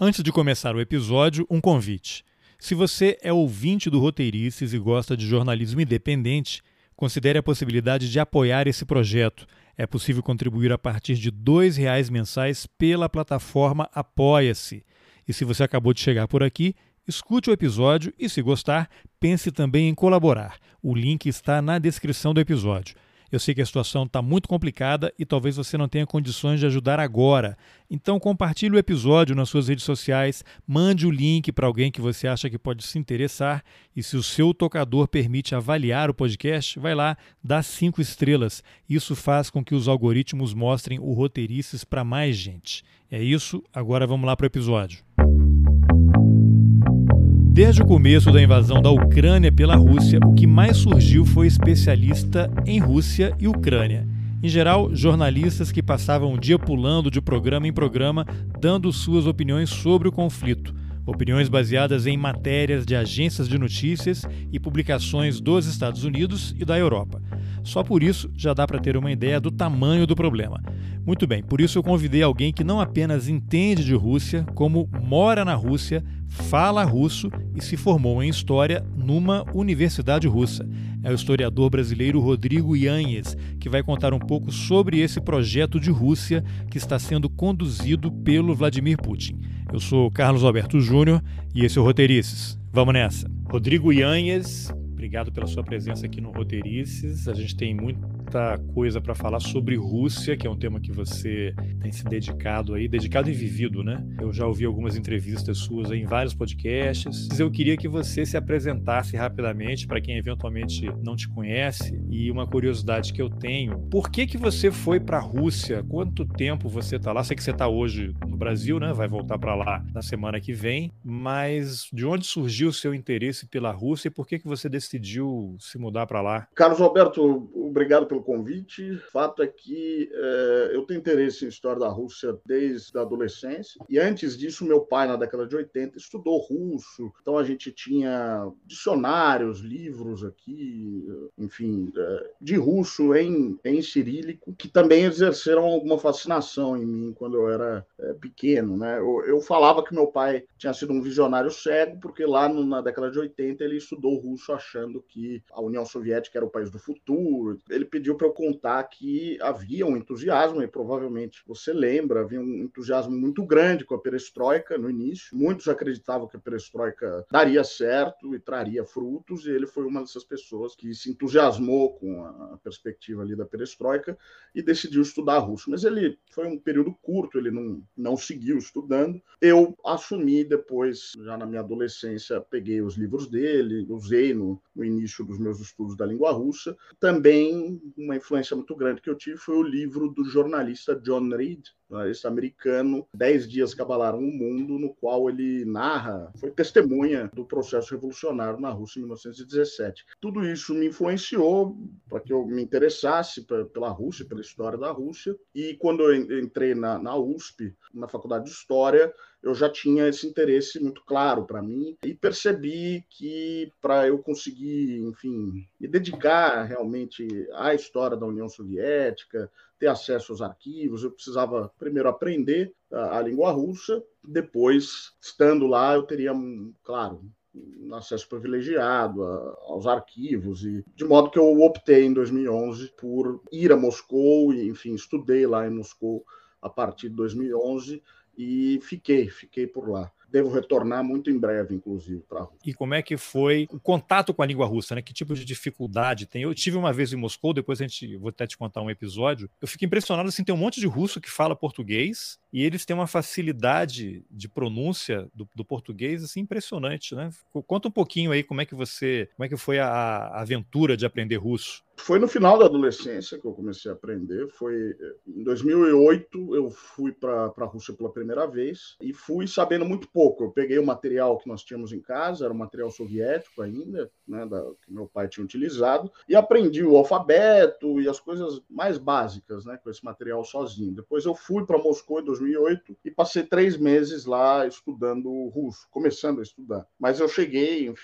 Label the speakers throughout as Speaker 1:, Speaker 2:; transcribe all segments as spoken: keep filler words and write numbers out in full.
Speaker 1: Antes de começar o episódio, um convite. Se você é ouvinte do Roteirices e gosta de jornalismo independente, considere a possibilidade de apoiar esse projeto. É possível contribuir a partir de dois reais mensais pela plataforma Apoia-se. E se você acabou de chegar por aqui, escute o episódio e, se gostar, pense também em colaborar. O link está na descrição do episódio. Eu sei que a situação está muito complicada e talvez você não tenha condições de ajudar agora. Então compartilhe o episódio nas suas redes sociais, mande o link para alguém que você acha que pode se interessar e, se o seu tocador permite avaliar o podcast, vai lá, dá cinco estrelas. Isso faz com que os algoritmos mostrem o Roteirices para mais gente. É isso, agora vamos lá para o episódio. Desde o começo da invasão da Ucrânia pela Rússia, o que mais surgiu foi especialista em Rússia e Ucrânia. Em geral, jornalistas que passavam o dia pulando de programa em programa, dando suas opiniões sobre o conflito. Opiniões baseadas em matérias de agências de notícias e publicações dos Estados Unidos e da Europa. Só por isso já dá para ter uma ideia do tamanho do problema. Muito bem, por isso eu convidei alguém que não apenas entende de Rússia, como mora na Rússia, fala russo e se formou em História numa universidade russa. É o historiador brasileiro Rodrigo Yanhes, que vai contar um pouco sobre esse projeto de Rússia que está sendo conduzido pelo Vladimir Putin. Eu sou Carlos Alberto Júnior e esse é o Roteirices. Vamos nessa! Rodrigo Yanhes, obrigado pela sua presença aqui no Roteirices. A gente tem muita coisa para falar sobre Rússia, que é um tema que você tem se dedicado aí, dedicado e vivido, né? Eu já ouvi algumas entrevistas suas aí em vários podcasts. Eu queria que você se apresentasse rapidamente para quem eventualmente não te conhece. E uma curiosidade que eu tenho, por que que você foi para a Rússia? Quanto tempo você está lá? Sei que você está hoje no Brasil, né? Vai voltar para lá na semana que vem. Mas de onde surgiu o seu interesse pela Rússia e por que que você decidiu se mudar para lá?
Speaker 2: Carlos Alberto, obrigado pelo convite. O fato é que é, eu tenho interesse em história da Rússia desde a adolescência. E antes disso, meu pai, na década de oitenta, estudou russo. Então a gente tinha dicionários, livros aqui, enfim, é, de russo em, em cirílico, que também exerceram alguma fascinação em mim quando eu era é, pequeno, né? Eu, eu falava que meu pai tinha sido um visionário cego, porque lá no, na década de oitenta ele estudou russo achando que a União Soviética era o país do futuro. Ele pediu para eu contar que havia um entusiasmo, e provavelmente você lembra, havia um entusiasmo muito grande com a perestroika no início. Muitos acreditavam que a perestroika daria certo e traria frutos, e ele foi uma dessas pessoas que se entusiasmou com a perspectiva ali da perestroika e decidiu estudar russo. Mas ele foi um período curto, ele não, não seguiu estudando. Eu assumi depois, já na minha adolescência, peguei os livros dele, usei no, no início dos meus estudos da língua russa. Também uma influência muito grande que eu tive foi o livro do jornalista John Reed, esse americano, Dez Dias que Abalaram o Mundo, no qual ele narra, foi testemunha do processo revolucionário na Rússia em mil novecentos e dezessete. Tudo isso me influenciou para que eu me interessasse pela Rússia, pela história da Rússia, e quando eu entrei na, na U S P, na Faculdade de História, eu já tinha esse interesse muito claro para mim e percebi que para eu conseguir, enfim, me dedicar realmente à história da União Soviética, ter acesso aos arquivos, eu precisava primeiro aprender a, a língua russa, depois, estando lá, eu teria, claro, um acesso privilegiado a, aos arquivos, e de modo que eu optei em dois mil e onze por ir a Moscou e, enfim, estudei lá em Moscou a partir de dois mil e onze e fiquei, fiquei por lá. Devo retornar muito em breve, inclusive, para a Rússia.
Speaker 1: E como é que foi o contato com a língua russa, né? Que tipo de dificuldade tem? Eu tive uma vez em Moscou, depois a gente, vou até te contar um episódio. Eu fico impressionado, assim, tem um monte de russo que fala português e eles têm uma facilidade de pronúncia do, do português, assim, impressionante, né? Conta um pouquinho aí como é que você, como é que foi a, a aventura de aprender russo.
Speaker 2: Foi no final da adolescência que eu comecei a aprender. Foi em dois mil e oito eu fui para a Rússia pela primeira vez e fui sabendo muito pouco. Eu peguei o material que nós tínhamos em casa, era um material soviético ainda, né, da, que meu pai tinha utilizado, e aprendi o alfabeto e as coisas mais básicas, né, com esse material sozinho. Depois eu fui para Moscou em dois mil e oito e passei três meses lá estudando russo, começando a estudar. Mas eu cheguei, enfim,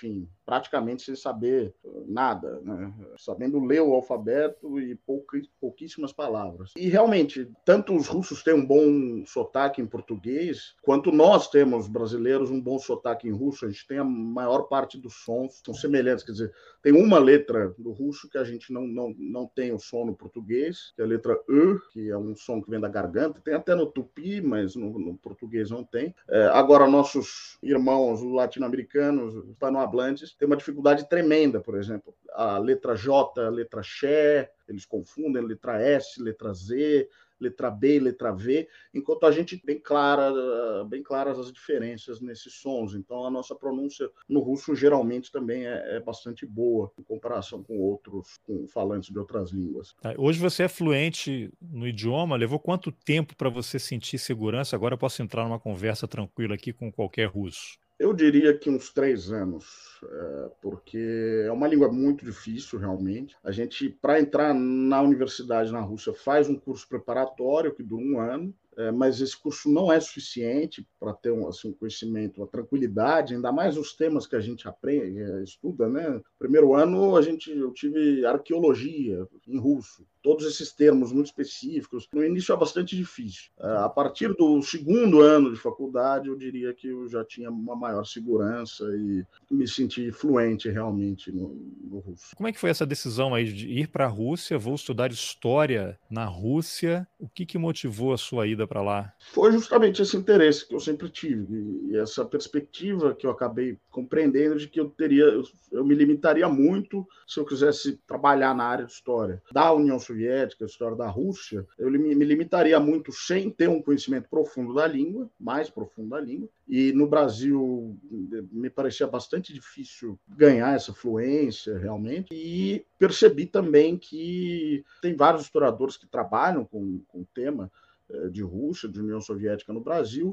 Speaker 2: praticamente sem saber nada, né? Sabendo ler o alfabeto e pouquíssimas palavras. E realmente, tanto os russos têm um bom sotaque em português, quanto nós temos, brasileiros, um bom sotaque em russo. A gente tem a maior parte dos sons, são semelhantes, quer dizer, tem uma letra do russo que a gente não, não, não tem o som no português, que é a letra E, que é um som que vem da garganta, tem até no tupi, mas no, no português não tem. É, agora, nossos irmãos latino-americanos, hispanohablantes, têm uma dificuldade tremenda, por exemplo, a letra J, a letra Xé, eles confundem, letra S, letra Z, letra B, letra V, enquanto a gente tem clara, bem claras as diferenças nesses sons. Então, a nossa pronúncia no russo geralmente também é, é bastante boa em comparação com outros, com falantes de outras línguas.
Speaker 1: Hoje você é fluente no idioma, levou quanto tempo para você sentir segurança? Agora eu posso entrar numa conversa tranquila aqui com qualquer russo.
Speaker 2: Eu diria que uns três anos, é, porque é uma língua muito difícil, realmente. A gente, para entrar na universidade na Rússia, faz um curso preparatório que dura um ano, é, mas esse curso não é suficiente para ter um, assim, um conhecimento, uma tranquilidade, ainda mais os temas que a gente aprende, estuda, né? Primeiro ano, a gente, eu tive arqueologia em russo. Todos esses termos muito específicos. No início é bastante difícil. A partir do segundo ano de faculdade, eu diria que eu já tinha uma maior segurança e me senti fluente realmente no, no russo.
Speaker 1: Como é que foi essa decisão aí de ir para a Rússia? Vou estudar história na Rússia. O que, que motivou a sua ida para lá?
Speaker 2: Foi justamente esse interesse que eu sempre tive e essa perspectiva que eu acabei compreendendo de que eu teria, eu, eu me limitaria muito se eu quisesse trabalhar na área de história da União Soviética, história da Rússia. Eu me limitaria muito sem ter um conhecimento profundo da língua, mais profundo da língua. E no Brasil me parecia bastante difícil ganhar essa fluência realmente. E percebi também que tem vários historiadores que trabalham com, com o tema de Rússia, de União Soviética no Brasil,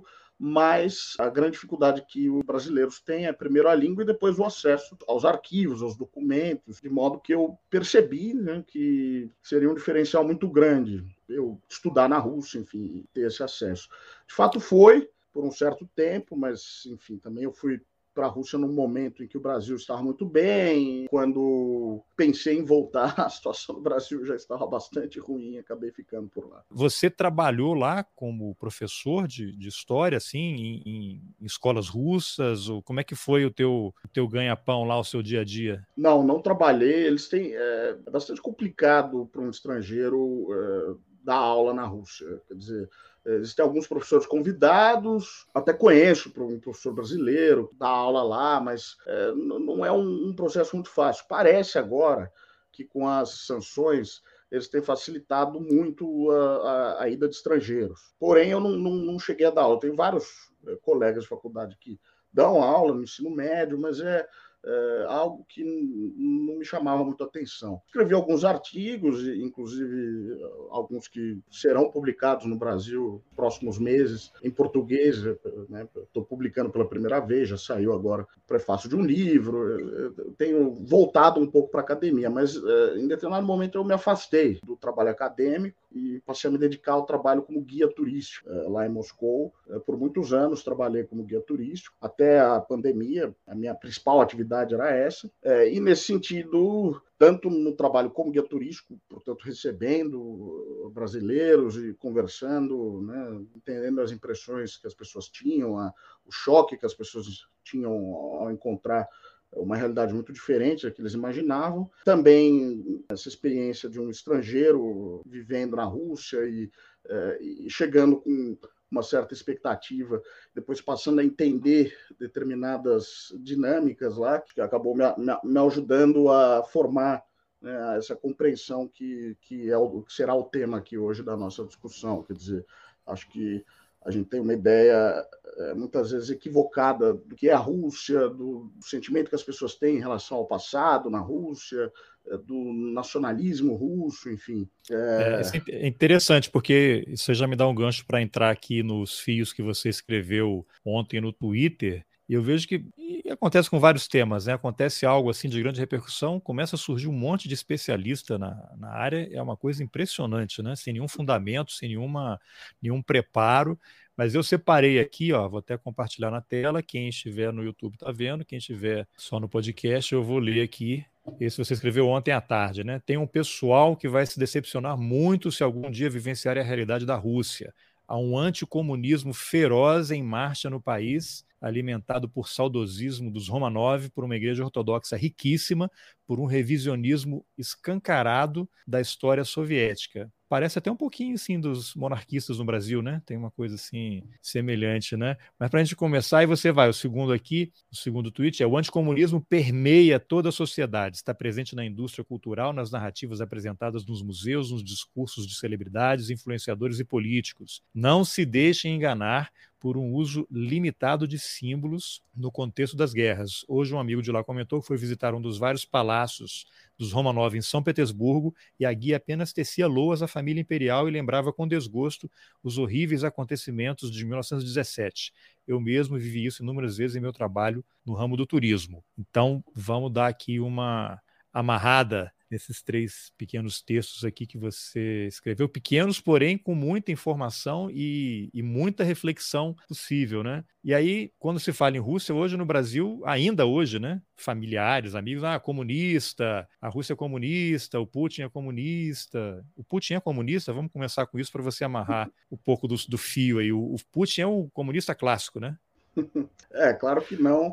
Speaker 2: mas a grande dificuldade que os brasileiros têm é primeiro a língua e depois o acesso aos arquivos, aos documentos, de modo que eu percebi, né, que seria um diferencial muito grande eu estudar na Rússia, enfim, ter esse acesso. De fato foi, por um certo tempo, mas, enfim, também eu fui para a Rússia num momento em que o Brasil estava muito bem. Quando pensei em voltar, a situação do Brasil já estava bastante ruim, acabei ficando por lá.
Speaker 1: Você trabalhou lá como professor de, de história, assim, em, em, em escolas russas? Ou como é que foi o teu, o teu ganha-pão lá, o seu dia a dia?
Speaker 2: Não, não trabalhei. Eles têm, é, é bastante complicado para um estrangeiro é, dar aula na Rússia. Quer dizer, existem alguns professores convidados, até conheço um professor brasileiro que dá aula lá, mas é, não é um, um processo muito fácil. Parece agora que com as sanções eles têm facilitado muito a, a, a ida de estrangeiros. Porém, eu não, não, não cheguei a dar aula. Eu tenho vários é, colegas de faculdade que dão aula no ensino médio, mas é, é algo que não me chamava muito a atenção. Escrevi alguns artigos, inclusive alguns que serão publicados no Brasil nos próximos meses, em português, né? Estou publicando pela primeira vez, já saiu agora o prefácio de um livro. Eu tenho voltado um pouco para a academia, mas em determinado momento eu me afastei do trabalho acadêmico e passei a me dedicar ao trabalho como guia turístico lá em Moscou. Por muitos anos trabalhei como guia turístico, até a pandemia, a minha principal atividade era essa. E nesse sentido, tanto no trabalho como guia turístico, portanto, recebendo brasileiros e conversando, né, entendendo as impressões que as pessoas tinham, a, o choque que as pessoas tinham ao encontrar uma realidade muito diferente da que eles imaginavam. Também essa experiência de um estrangeiro vivendo na Rússia e, e chegando com uma certa expectativa, depois passando a entender determinadas dinâmicas lá, que acabou me, me, me ajudando a formar, né, essa compreensão que, que, é o, que será o tema aqui hoje da nossa discussão. Quer dizer, acho que a gente tem uma ideia é, muitas vezes equivocada do que é a Rússia, do, do sentimento que as pessoas têm em relação ao passado na Rússia, é, do nacionalismo russo, enfim.
Speaker 1: É... é interessante, porque isso já me dá um gancho para entrar aqui nos fios que você escreveu ontem no Twitter. E eu vejo que e acontece com vários temas, né? Acontece algo assim de grande repercussão, começa a surgir um monte de especialista na, na área, é uma coisa impressionante, né? Sem nenhum fundamento, sem nenhuma, nenhum preparo, Mas eu separei aqui, ó, vou até compartilhar na tela, quem estiver no YouTube está vendo, quem estiver só no podcast, eu vou ler aqui. Esse você escreveu ontem à tarde, né? Tem um pessoal que vai se decepcionar muito se algum dia vivenciar a realidade da Rússia. Há um anticomunismo feroz em marcha no país, alimentado por saudosismo dos Romanov, por uma igreja ortodoxa riquíssima, por um revisionismo escancarado da história soviética. Parece até um pouquinho, assim, dos monarquistas no Brasil, né? Tem uma coisa, assim, semelhante, né? Mas para a gente começar, aí você vai, o segundo aqui, o segundo tweet é: o anticomunismo permeia toda a sociedade, está presente na indústria cultural, nas narrativas apresentadas nos museus, nos discursos de celebridades, influenciadores e políticos. Não se deixem enganar por um uso limitado de símbolos no contexto das guerras. Hoje um amigo de lá comentou que foi visitar um dos vários palácios dos Romanov em São Petersburgo e a guia apenas tecia loas à família imperial e lembrava com desgosto os horríveis acontecimentos de mil novecentos e dezessete. Eu mesmo vivi isso inúmeras vezes em meu trabalho no ramo do turismo. Então, vamos dar aqui uma amarrada nesses três pequenos textos aqui que você escreveu, pequenos, porém com muita informação e, e muita reflexão possível, né? E aí, quando se fala em Rússia, hoje no Brasil, ainda hoje, né? Familiares, amigos, ah, comunista, a Rússia é comunista, o Putin é comunista. O Putin é comunista? Vamos começar com isso para você amarrar um pouco do, do fio aí. O, o Putin é um comunista clássico, né?
Speaker 2: É, claro que não.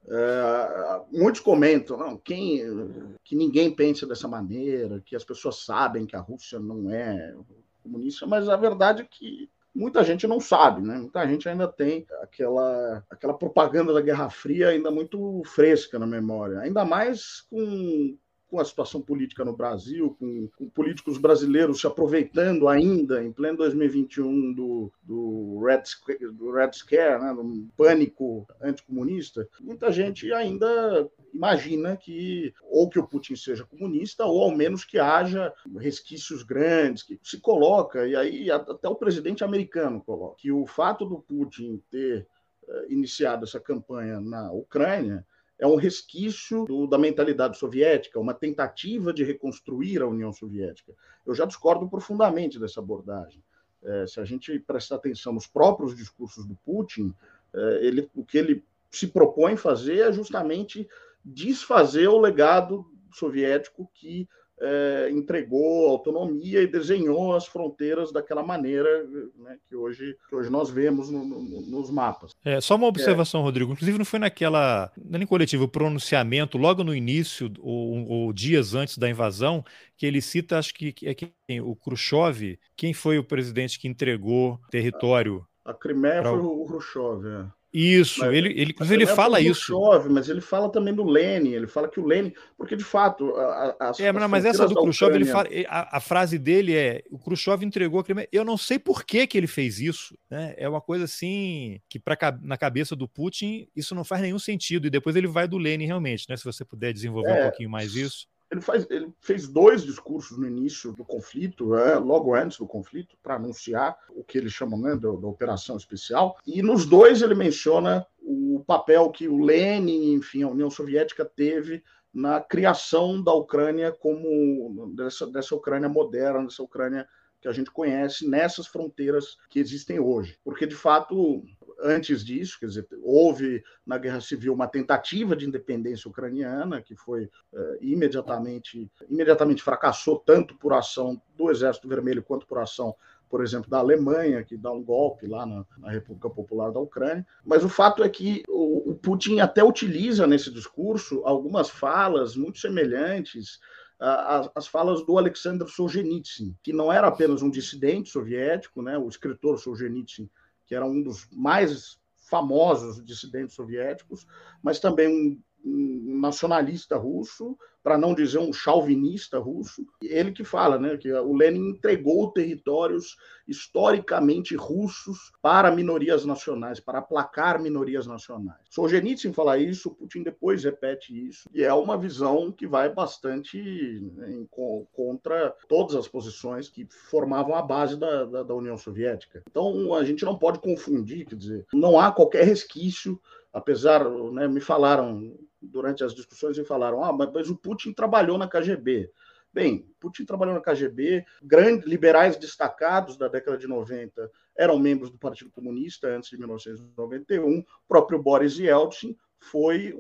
Speaker 2: É, muitos comentam não, quem, que ninguém pensa dessa maneira, que as pessoas sabem que a Rússia não é comunista, mas a verdade é que muita gente não sabe, né? Muita gente ainda tem aquela, aquela propaganda da Guerra Fria ainda muito fresca na memória, ainda mais com, com a situação política no Brasil, com, com políticos brasileiros se aproveitando ainda, em pleno dois mil e vinte e um, do, do, Red, do Red Scare, né, do pânico anticomunista. Muita gente ainda imagina que ou que o Putin seja comunista, ou ao menos que haja resquícios grandes, que se coloca, e aí até o presidente americano coloca, que o fato do Putin ter uh, iniciado essa campanha na Ucrânia é um resquício do, da mentalidade soviética, uma tentativa de reconstruir a União Soviética. Eu já discordo profundamente dessa abordagem. É, se a gente prestar atenção nos próprios discursos do Putin, é, ele, o que ele se propõe fazer é justamente desfazer o legado soviético que é, entregou autonomia e desenhou as fronteiras daquela maneira, né, que, hoje, que hoje nós vemos no, no, nos mapas.
Speaker 1: É, só uma observação, é. Rodrigo. Inclusive não foi naquela, não é nem coletivo, o pronunciamento logo no início ou, ou dias antes da invasão, que ele cita, acho que é quem, o Khrushchev, quem foi o presidente que entregou território?
Speaker 2: A, a Crimeia foi o Khrushchev, é.
Speaker 1: Isso,
Speaker 2: mas,
Speaker 1: ele, ele, inclusive ele fala isso.
Speaker 2: Khrushchev, mas ele fala também do Lenin, ele fala que o Lenin, porque de fato a, as,
Speaker 1: é, mas,
Speaker 2: as
Speaker 1: mas essa do Khrushchev,
Speaker 2: Ucrânia...
Speaker 1: ele fala, a, a frase dele é: o Khrushchev entregou a Crimeia. Eu não sei por que, que ele fez isso, né? É uma coisa assim que pra, na cabeça do Putin isso não faz nenhum sentido, e depois ele vai do Lenin realmente, né? Se você puder desenvolver é, um pouquinho mais isso.
Speaker 2: Ele, faz, ele fez dois discursos no início do conflito, é, logo antes do conflito, para anunciar o que eles chamam, né, da, da operação especial, e nos dois ele menciona o papel que o Lenin, enfim, a União Soviética teve na criação da Ucrânia como dessa, dessa Ucrânia moderna, dessa Ucrânia que a gente conhece nessas fronteiras que existem hoje. Porque, de fato, antes disso, quer dizer, houve na Guerra Civil uma tentativa de independência ucraniana que foi eh, imediatamente, imediatamente fracassou, tanto por ação do Exército Vermelho quanto por ação, por exemplo, da Alemanha, que dá um golpe lá na, na República Popular da Ucrânia. Mas o fato é que o, o Putin até utiliza nesse discurso algumas falas muito semelhantes às, às falas do Alexander Solzhenitsyn, que não era apenas um dissidente soviético, né, o escritor Solzhenitsyn, que era um dos mais famosos dissidentes soviéticos, mas também um, um nacionalista russo, para não dizer um chauvinista russo. Ele que fala, né, que o Lenin entregou territórios historicamente russos para minorias nacionais, para aplacar minorias nacionais. Solzhenitsyn fala isso, Putin depois repete isso, e é uma visão que vai bastante em, contra todas as posições que formavam a base da, da, da União Soviética. Então, a gente não pode confundir, quer dizer, não há qualquer resquício, apesar, né, me falaram durante as discussões, me falaram, ah, mas o Putin trabalhou na K G B. Bem, Putin trabalhou na K G B, grandes liberais destacados da década de noventa eram membros do Partido Comunista antes de mil novecentos e noventa e um, o próprio Boris Yeltsin foi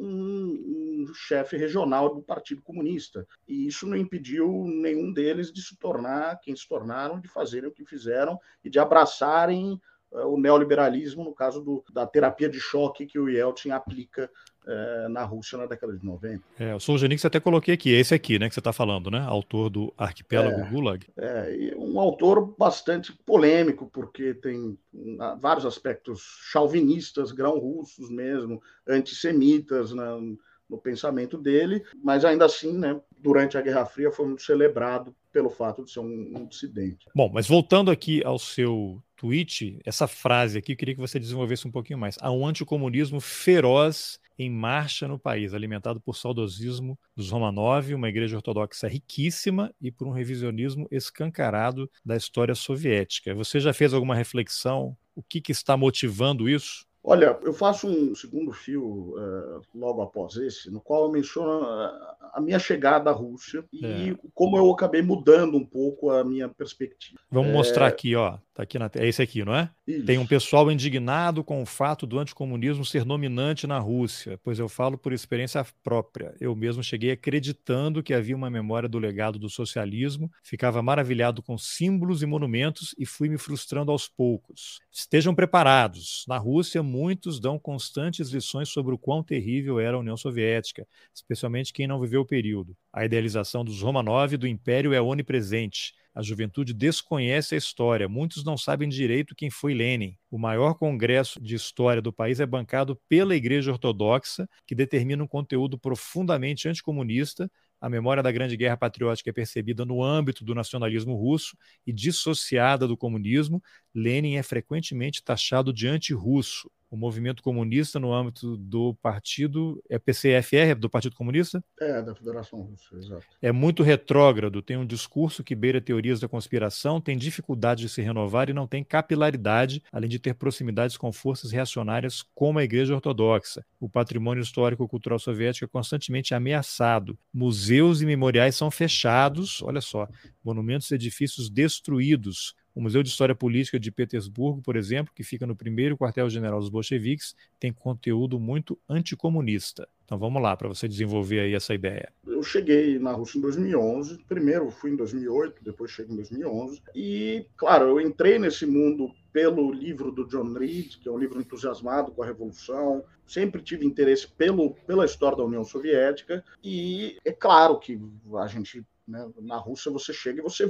Speaker 2: um, um chefe regional do Partido Comunista. E isso não impediu nenhum deles de se tornar quem se tornaram, de fazerem o que fizeram e de abraçarem uh, o neoliberalismo, no caso do, da terapia de choque que o Yeltsin aplica uh, na Rússia na década de noventa.
Speaker 1: É, o Solzhenitsyn até coloquei aqui, esse aqui, né, que você está falando, né? Autor do Arquipélago
Speaker 2: É,
Speaker 1: Gulag.
Speaker 2: É, um autor bastante polêmico, porque tem vários aspectos chauvinistas, grão-russos mesmo, antissemitas na, no pensamento dele, mas ainda assim, né, durante a Guerra Fria foi muito celebrado pelo fato de ser um, um dissidente.
Speaker 1: Bom, mas voltando aqui ao seu tweet, essa frase aqui eu queria que você desenvolvesse um pouquinho mais. Há um anticomunismo feroz em marcha no país, alimentado por saudosismo dos Romanov, uma igreja ortodoxa riquíssima e por um revisionismo escancarado da história soviética. Você já fez alguma reflexão? O que, que está motivando isso?
Speaker 2: Olha, eu faço um segundo fio uh, logo após esse, no qual eu menciono a, a minha chegada à Rússia e é. como eu acabei mudando um pouco a minha perspectiva.
Speaker 1: Vamos é... mostrar aqui, ó. Tá aqui na... É esse aqui, não é?
Speaker 2: Isso.
Speaker 1: Tem um pessoal indignado com o fato do anticomunismo ser dominante na Rússia, pois eu falo por experiência própria. Eu mesmo cheguei acreditando que havia uma memória do legado do socialismo, ficava maravilhado com símbolos e monumentos e fui me frustrando aos poucos. Estejam preparados. Na Rússia, muitos dão constantes lições sobre o quão terrível era a União Soviética, especialmente quem não viveu o período. A idealização dos Romanov e do Império é onipresente. A juventude desconhece a história. Muitos não sabem direito quem foi Lenin. O maior congresso de história do país é bancado pela Igreja Ortodoxa, que determina um conteúdo profundamente anticomunista. A memória da Grande Guerra Patriótica é percebida no âmbito do nacionalismo russo e dissociada do comunismo. Lenin é frequentemente taxado de anti-russo. O movimento comunista no âmbito do partido, é P C F R, do Partido Comunista?
Speaker 2: É, da Federação Russa, exato.
Speaker 1: É muito retrógrado, tem um discurso que beira teorias da conspiração, tem dificuldade de se renovar e não tem capilaridade, além de ter proximidades com forças reacionárias como a Igreja Ortodoxa. O patrimônio histórico-cultural soviético é constantemente ameaçado. Museus e memoriais são fechados, olha só, monumentos e edifícios destruídos. O Museu de História Política de Petersburgo, por exemplo, que fica no primeiro quartel-general dos bolcheviques, tem conteúdo muito anticomunista. Então vamos lá, para você desenvolver aí essa ideia.
Speaker 2: Eu cheguei na Rússia em dois mil e onze, primeiro fui em dois mil e oito, depois cheguei em dois mil e onze, e, claro, eu entrei nesse mundo pelo livro do John Reed, que é um livro entusiasmado com a Revolução, sempre tive interesse pelo, pela história da União Soviética, e é claro que a gente... Na Rússia você chega e você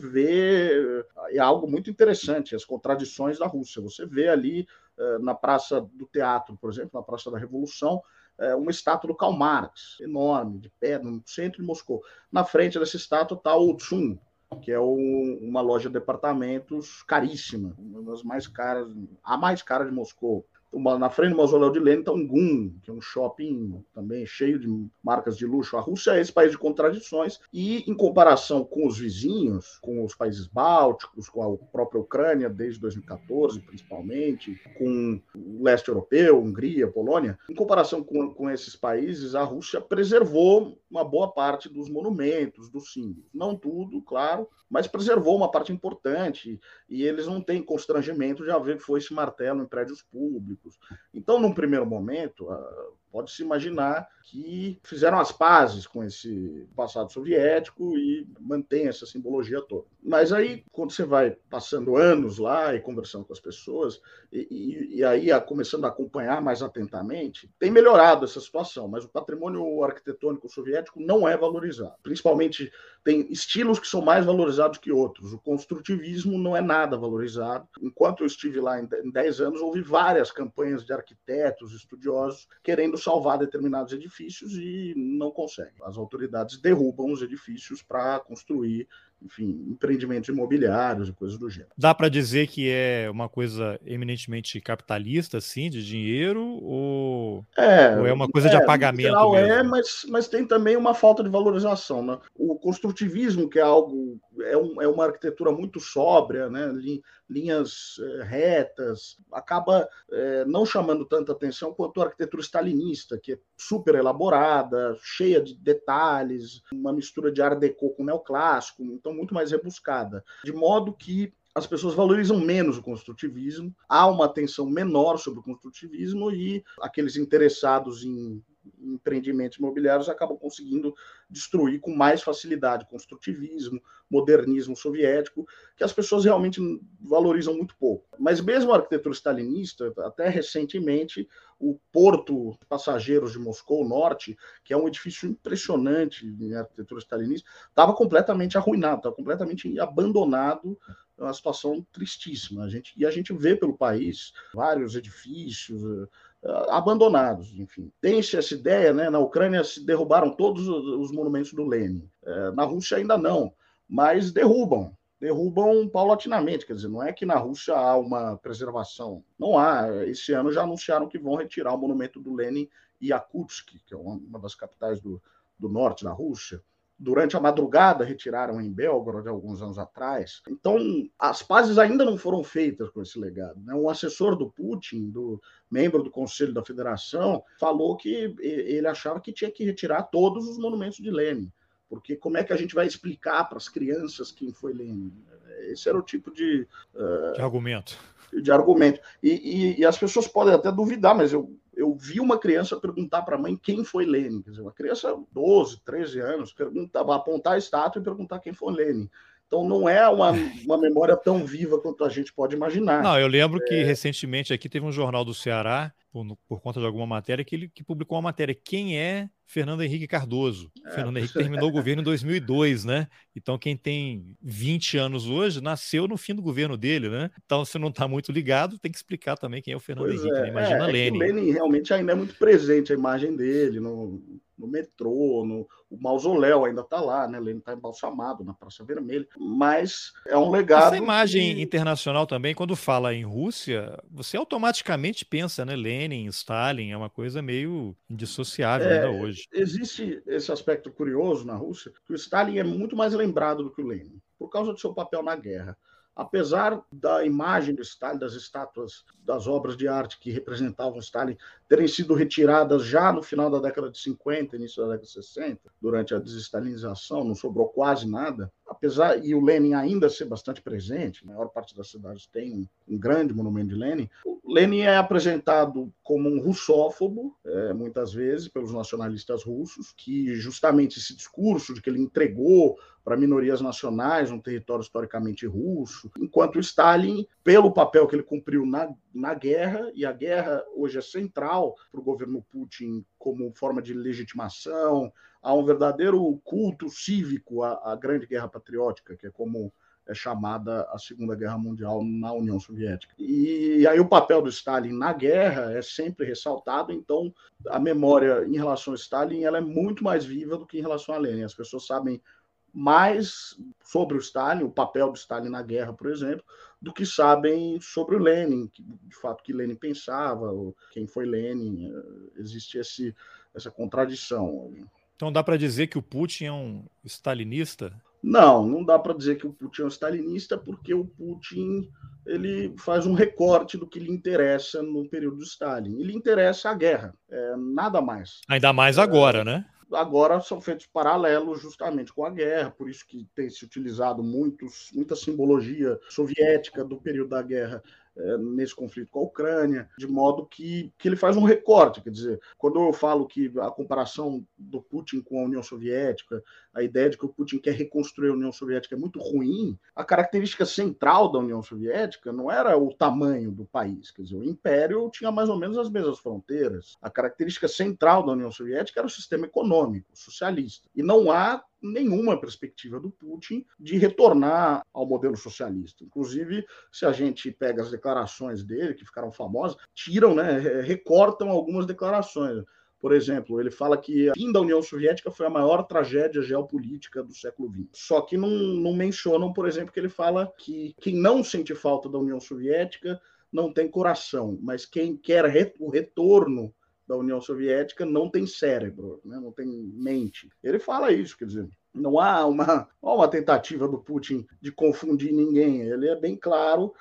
Speaker 2: vê, é algo muito interessante, as contradições da Rússia. Você vê ali na Praça do Teatro, por exemplo, na Praça da Revolução, uma estátua do Karl Marx, enorme, de pé, no centro de Moscou. Na frente dessa estátua está o Tsum, que é uma loja de departamentos caríssima, uma das mais caras, a mais cara de Moscou. Na frente do mausoléu de Lenin está um GUM, que é um shopping também cheio de marcas de luxo. A Rússia é esse país de contradições e, em comparação com os vizinhos, com os países bálticos, com a própria Ucrânia, desde dois mil e catorze, principalmente, com o leste europeu, Hungria, Polônia, em comparação com, com esses países, a Rússia preservou uma boa parte dos monumentos, dos símbolos. Não tudo, claro, mas preservou uma parte importante e eles não têm constrangimento de haver foice e martelo em prédios públicos. Então, num primeiro momento, pode-se imaginar que fizeram as pazes com esse passado soviético e mantém essa simbologia toda. Mas aí, quando você vai passando anos lá e conversando com as pessoas, e, e, e aí começando a acompanhar mais atentamente, tem melhorado essa situação, mas o patrimônio arquitetônico soviético não é valorizado. Principalmente, tem estilos que são mais valorizados que outros. O construtivismo não é nada valorizado. Enquanto eu estive lá em dez anos, houve várias campanhas de arquitetos, estudiosos, querendo salvar determinados edifícios e não conseguem. As autoridades derrubam os edifícios para construir, enfim, empreendimentos imobiliários e coisas do gênero.
Speaker 1: Dá para dizer que é uma coisa eminentemente capitalista, assim, de dinheiro, ou é, ou é uma coisa é, de apagamento
Speaker 2: geral
Speaker 1: mesmo?
Speaker 2: É, mas, mas tem também uma falta de valorização, né? O construtivismo, que é algo é, um, é uma arquitetura muito sóbria, né? Linhas é, retas, acaba é, não chamando tanta atenção quanto a arquitetura stalinista, que é super elaborada, cheia de detalhes, uma mistura de art déco com neoclássico, então muito mais rebuscada. De modo que as pessoas valorizam menos o construtivismo, há uma atenção menor sobre o construtivismo e aqueles interessados em empreendimentos imobiliários acabam conseguindo destruir com mais facilidade construtivismo, modernismo soviético, que as pessoas realmente valorizam muito pouco. Mas mesmo a arquitetura stalinista, até recentemente, o Porto Passageiros de Moscou Norte, que é um edifício impressionante em arquitetura stalinista, estava completamente arruinado, estava completamente abandonado, uma situação tristíssima. A gente, e a gente vê pelo país vários edifícios uh, abandonados, enfim. Tem-se essa ideia, né? Na Ucrânia se derrubaram todos os monumentos do Lenin. Uh, na Rússia ainda não, mas derrubam. Derrubam paulatinamente, quer dizer, não é que na Rússia há uma preservação. Não há. Esse ano já anunciaram que vão retirar o monumento do Lenin em Yakutsk, que é uma das capitais do, do norte da Rússia. Durante a madrugada, retiraram em Belgorod, alguns anos atrás. Então, as pazes ainda não foram feitas com esse legado. Um assessor do Putin, do membro do Conselho da Federação, falou que ele achava que tinha que retirar todos os monumentos de Lenin, porque como é que a gente vai explicar para as crianças quem foi Lenin? Esse era o tipo de... Uh,
Speaker 1: de argumento.
Speaker 2: De argumento. E, e, e as pessoas podem até duvidar, mas eu... Eu vi uma criança perguntar para a mãe quem foi Lenin. Quer dizer, uma criança de doze, treze anos, perguntava, apontar a estátua e perguntar quem foi Lenin. Então, não é uma, uma memória tão viva quanto a gente pode imaginar.
Speaker 1: Não, eu lembro
Speaker 2: é...
Speaker 1: que recentemente aqui teve um jornal do Ceará, por, por conta de alguma matéria, que ele que publicou uma matéria. Quem é Fernando Henrique Cardoso? É, Fernando Henrique terminou o governo em dois mil e dois, né? Então, quem tem vinte anos hoje, nasceu no fim do governo dele, né? Então, se não está muito ligado, tem que explicar também quem é o Fernando
Speaker 2: pois
Speaker 1: Henrique,
Speaker 2: é,
Speaker 1: né? Imagina
Speaker 2: é,
Speaker 1: Lenin.
Speaker 2: É que o Lenin realmente ainda é muito presente, a imagem dele no, no metrô, no, o mausoléu ainda está lá, né? Lenin está embalsamado na Praça Vermelha, mas é um legado...
Speaker 1: Essa imagem
Speaker 2: que...
Speaker 1: internacional também, quando fala em Rússia, você automaticamente pensa, né? Lenin, Stalin, é uma coisa meio indissociável
Speaker 2: é,
Speaker 1: ainda hoje.
Speaker 2: Existe esse aspecto curioso na Rússia, que o Stalin é muito mais lembrado do que o Lenin, por causa do seu papel na guerra. Apesar da imagem do Stalin, das estátuas, das obras de arte que representavam Stalin terem sido retiradas já no final da década de cinquenta, início da década de sessenta, durante a desestalinização, não sobrou quase nada, apesar e o Lenin ainda ser bastante presente, a maior parte das cidades tem um, um grande monumento de Lenin, o Lenin é apresentado como um russófobo, é, muitas vezes, pelos nacionalistas russos, que justamente esse discurso de que ele entregou para minorias nacionais um território historicamente russo, enquanto o Stalin, pelo papel que ele cumpriu na, na guerra, e a guerra hoje é central para o governo Putin como forma de legitimação, há um verdadeiro culto cívico à, à Grande Guerra Patriótica, que é como é chamada a Segunda Guerra Mundial na União Soviética. E aí o papel do Stalin na guerra é sempre ressaltado, então a memória em relação ao Stalin ela é muito mais viva do que em relação a Lenin. As pessoas sabem mais sobre o Stalin, o papel do Stalin na guerra, por exemplo, do que sabem sobre o Lenin, que, de fato, que Lenin pensava, ou quem foi Lenin. Existe esse, essa contradição.
Speaker 1: Então dá para dizer que o Putin é um stalinista?
Speaker 2: Não, não dá para dizer que o Putin é um stalinista, porque o Putin ele faz um recorte do que lhe interessa no período do Stalin. Ele interessa a guerra, é, nada mais.
Speaker 1: Ainda mais agora, é, né?
Speaker 2: Agora são feitos paralelos justamente com a guerra, por isso que tem se utilizado muitos, muita simbologia soviética do período da guerra é, nesse conflito com a Ucrânia, de modo que, que ele faz um recorte, quer dizer, quando eu falo que a comparação do Putin com a União Soviética, a ideia de que o Putin quer reconstruir a União Soviética é muito ruim, a característica central da União Soviética não era o tamanho do país, quer dizer, o Império tinha mais ou menos as mesmas fronteiras, a característica central da União Soviética era o sistema econômico, socialista, e não há nenhuma perspectiva do Putin de retornar ao modelo socialista. Inclusive, se a gente pega as declarações dele, que ficaram famosas, tiram, né, recortam algumas declarações. Por exemplo, ele fala que a fim da União Soviética foi a maior tragédia geopolítica do século vinte. Só que não, não mencionam, por exemplo, que ele fala que quem não sente falta da União Soviética não tem coração, mas quem quer o retorno da União Soviética não tem cérebro, né? Não tem mente. Ele fala isso, quer dizer, não há uma, não há uma tentativa do Putin de confundir ninguém. Ele é bem claro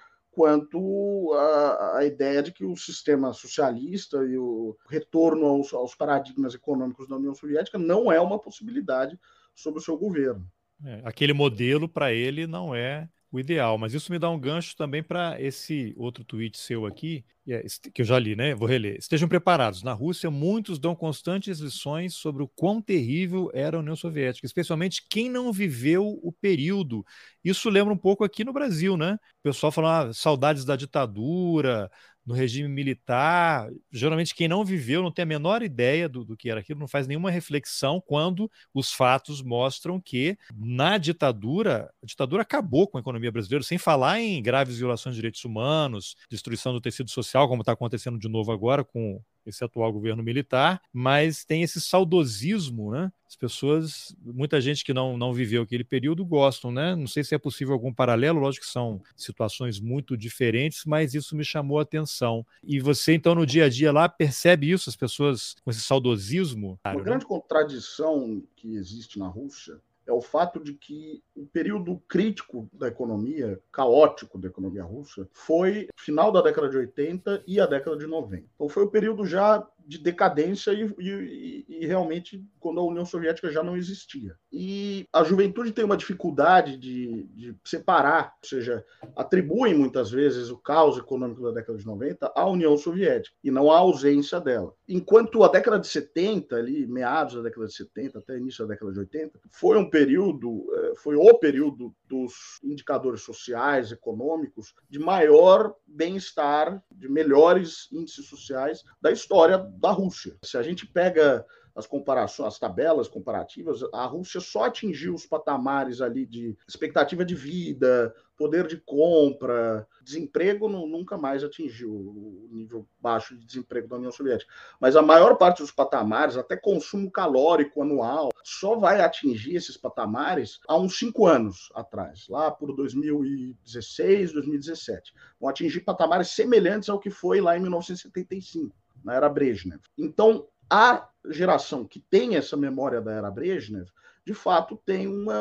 Speaker 2: quanto à ideia de que o sistema socialista e o retorno aos, aos paradigmas econômicos da União Soviética não é uma possibilidade sob o seu governo.
Speaker 1: É, aquele modelo, para ele, não é o ideal. Mas isso me dá um gancho também para esse outro tweet seu aqui, que eu já li, né? Vou reler. Estejam preparados. Na Rússia, muitos dão constantes lições sobre o quão terrível era a União Soviética, especialmente quem não viveu o período. Isso lembra um pouco aqui no Brasil, né? O pessoal fala, ah, saudades da ditadura, no regime militar. Geralmente quem não viveu não tem a menor ideia do, do que era aquilo, não faz nenhuma reflexão quando os fatos mostram que na ditadura, a ditadura acabou com a economia brasileira, sem falar em graves violações de direitos humanos, destruição do tecido social, como está acontecendo de novo agora com esse atual governo militar, mas tem esse saudosismo, né? As pessoas, muita gente que não, não viveu aquele período gostam, né? Não sei se é possível algum paralelo, lógico que são situações muito diferentes, mas isso me chamou a atenção. E você, então, no dia a dia lá, percebe isso, as pessoas com esse saudosismo?
Speaker 2: Uma
Speaker 1: Claro,
Speaker 2: grande
Speaker 1: né?
Speaker 2: contradição que existe na Rússia é o fato de que o período crítico da economia, caótico da economia russa, foi final da década de oitenta e a década de noventa. Então foi o período já de decadência e, e, e realmente quando a União Soviética já não existia. E a juventude tem uma dificuldade de, de separar, ou seja, atribuem muitas vezes o caos econômico da década de noventa à União Soviética e não à ausência dela. Enquanto a década de setenta, ali, meados da década de setenta até início da década de oitenta, foi um período, foi o período dos indicadores sociais, econômicos, de maior bem-estar, de melhores índices sociais da história da Rússia. Se a gente pega as comparações, as tabelas comparativas, a Rússia só atingiu os patamares ali de expectativa de vida, poder de compra, desemprego não, nunca mais atingiu o nível baixo de desemprego da União Soviética. Mas a maior parte dos patamares, até consumo calórico anual, só vai atingir esses patamares há uns cinco anos atrás, lá por dois mil e dezesseis, dois mil e dezessete. Vão atingir patamares semelhantes ao que foi lá em mil novecentos e setenta e cinco, na era Brezhnev. Então, a geração que tem essa memória da era Brezhnev, de fato, tem uma,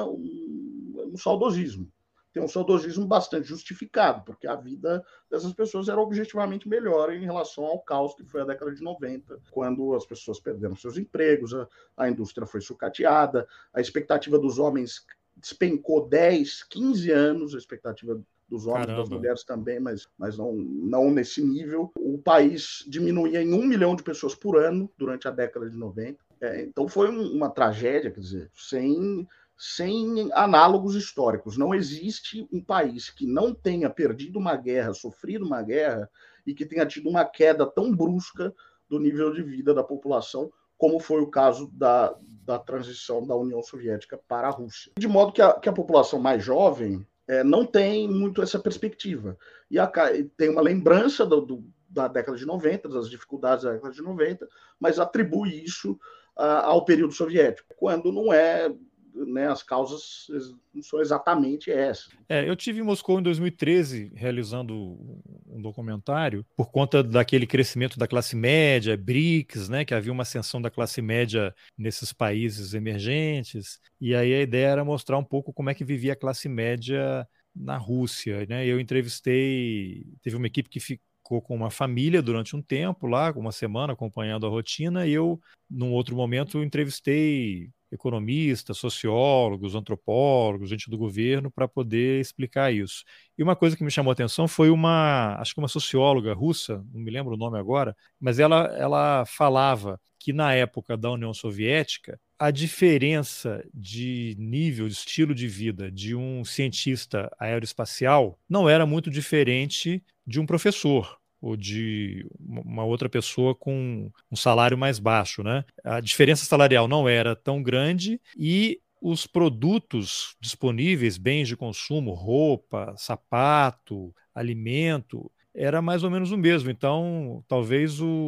Speaker 2: um, um saudosismo. Tem um saudosismo bastante justificado, porque a vida dessas pessoas era objetivamente melhor em relação ao caos que foi a década de noventa, quando as pessoas perderam seus empregos, a, a indústria foi sucateada, a expectativa dos homens despencou dez, quinze anos, a expectativa dos homens e das mulheres também, mas, mas não, não nesse nível. O país diminuía em um milhão de pessoas por ano durante a década de noventa. É, então foi um, uma tragédia, quer dizer, sem, sem análogos históricos. Não existe um país que não tenha perdido uma guerra, sofrido uma guerra, e que tenha tido uma queda tão brusca do nível de vida da população, como foi o caso da, da transição da União Soviética para a Rússia. De modo que a, que a população mais jovem É, não tem muito essa perspectiva. E a, tem uma lembrança do, do, da década de noventa, das dificuldades da década de noventa, mas atribui isso uh, ao período soviético, quando não é, né, as causas não são exatamente essas.
Speaker 1: É, eu tive em Moscou em dois mil e treze realizando um documentário por conta daquele crescimento da classe média, BRICS, né, que havia uma ascensão da classe média nesses países emergentes, e aí a ideia era mostrar um pouco como é que vivia a classe média na Rússia, né? Eu entrevistei, teve uma equipe que ficou com uma família durante um tempo lá, uma semana acompanhando a rotina, e eu, num outro momento, entrevistei economistas, sociólogos, antropólogos, gente do governo, para poder explicar isso. E uma coisa que me chamou a atenção foi uma, acho que uma socióloga russa, não me lembro o nome agora, mas ela, ela falava que na época da União Soviética, a diferença de nível, de estilo de vida de um cientista aeroespacial não era muito diferente de um professor ou de uma outra pessoa com um salário mais baixo, né? A diferença salarial não era tão grande e os produtos disponíveis, bens de consumo, roupa, sapato, alimento, era mais ou menos o mesmo. Então, talvez o,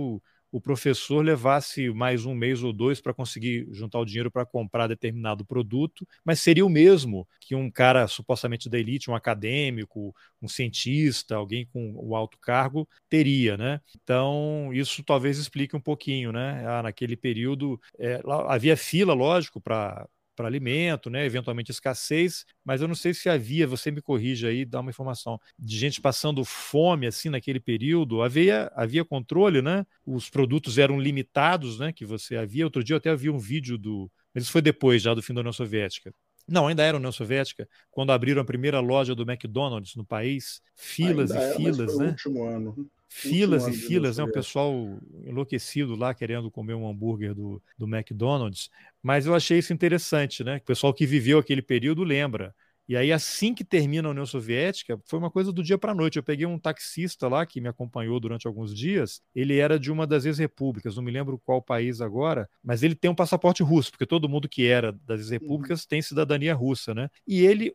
Speaker 1: o professor levasse mais um mês ou dois para conseguir juntar o dinheiro para comprar determinado produto, mas seria o mesmo que um cara supostamente da elite, um acadêmico, um cientista, alguém com o alto cargo, teria, né? Então, isso talvez explique um pouquinho, né? Ah, naquele período, é, lá, havia fila, lógico, para para alimento, né? Eventualmente escassez, mas eu não sei se havia, você me corrija aí, dá uma informação, de gente passando fome assim naquele período. Havia, havia controle, né? Os produtos eram limitados, né? Que você havia. Outro dia eu até vi um vídeo do. Mas isso foi depois já do fim da União Soviética. Não, ainda era a União Soviética, quando abriram a primeira loja do McDonald's no país, filas
Speaker 2: Ainda
Speaker 1: e
Speaker 2: era, mas foi
Speaker 1: filas,
Speaker 2: o
Speaker 1: né?
Speaker 2: último ano. Último
Speaker 1: Filas e
Speaker 2: ano de União
Speaker 1: filas, né? O
Speaker 2: Soviética.
Speaker 1: pessoal enlouquecido lá querendo comer um hambúrguer do, do McDonald's. Mas eu achei isso interessante, né? O pessoal que viveu aquele período lembra. E aí, assim que termina a União Soviética, foi uma coisa do dia para a noite. Eu peguei um taxista lá que me acompanhou durante alguns dias. Ele era de uma das ex-repúblicas, não me lembro qual país agora, mas ele tem um passaporte russo, porque todo mundo que era das ex-repúblicas tem cidadania russa, né? E ele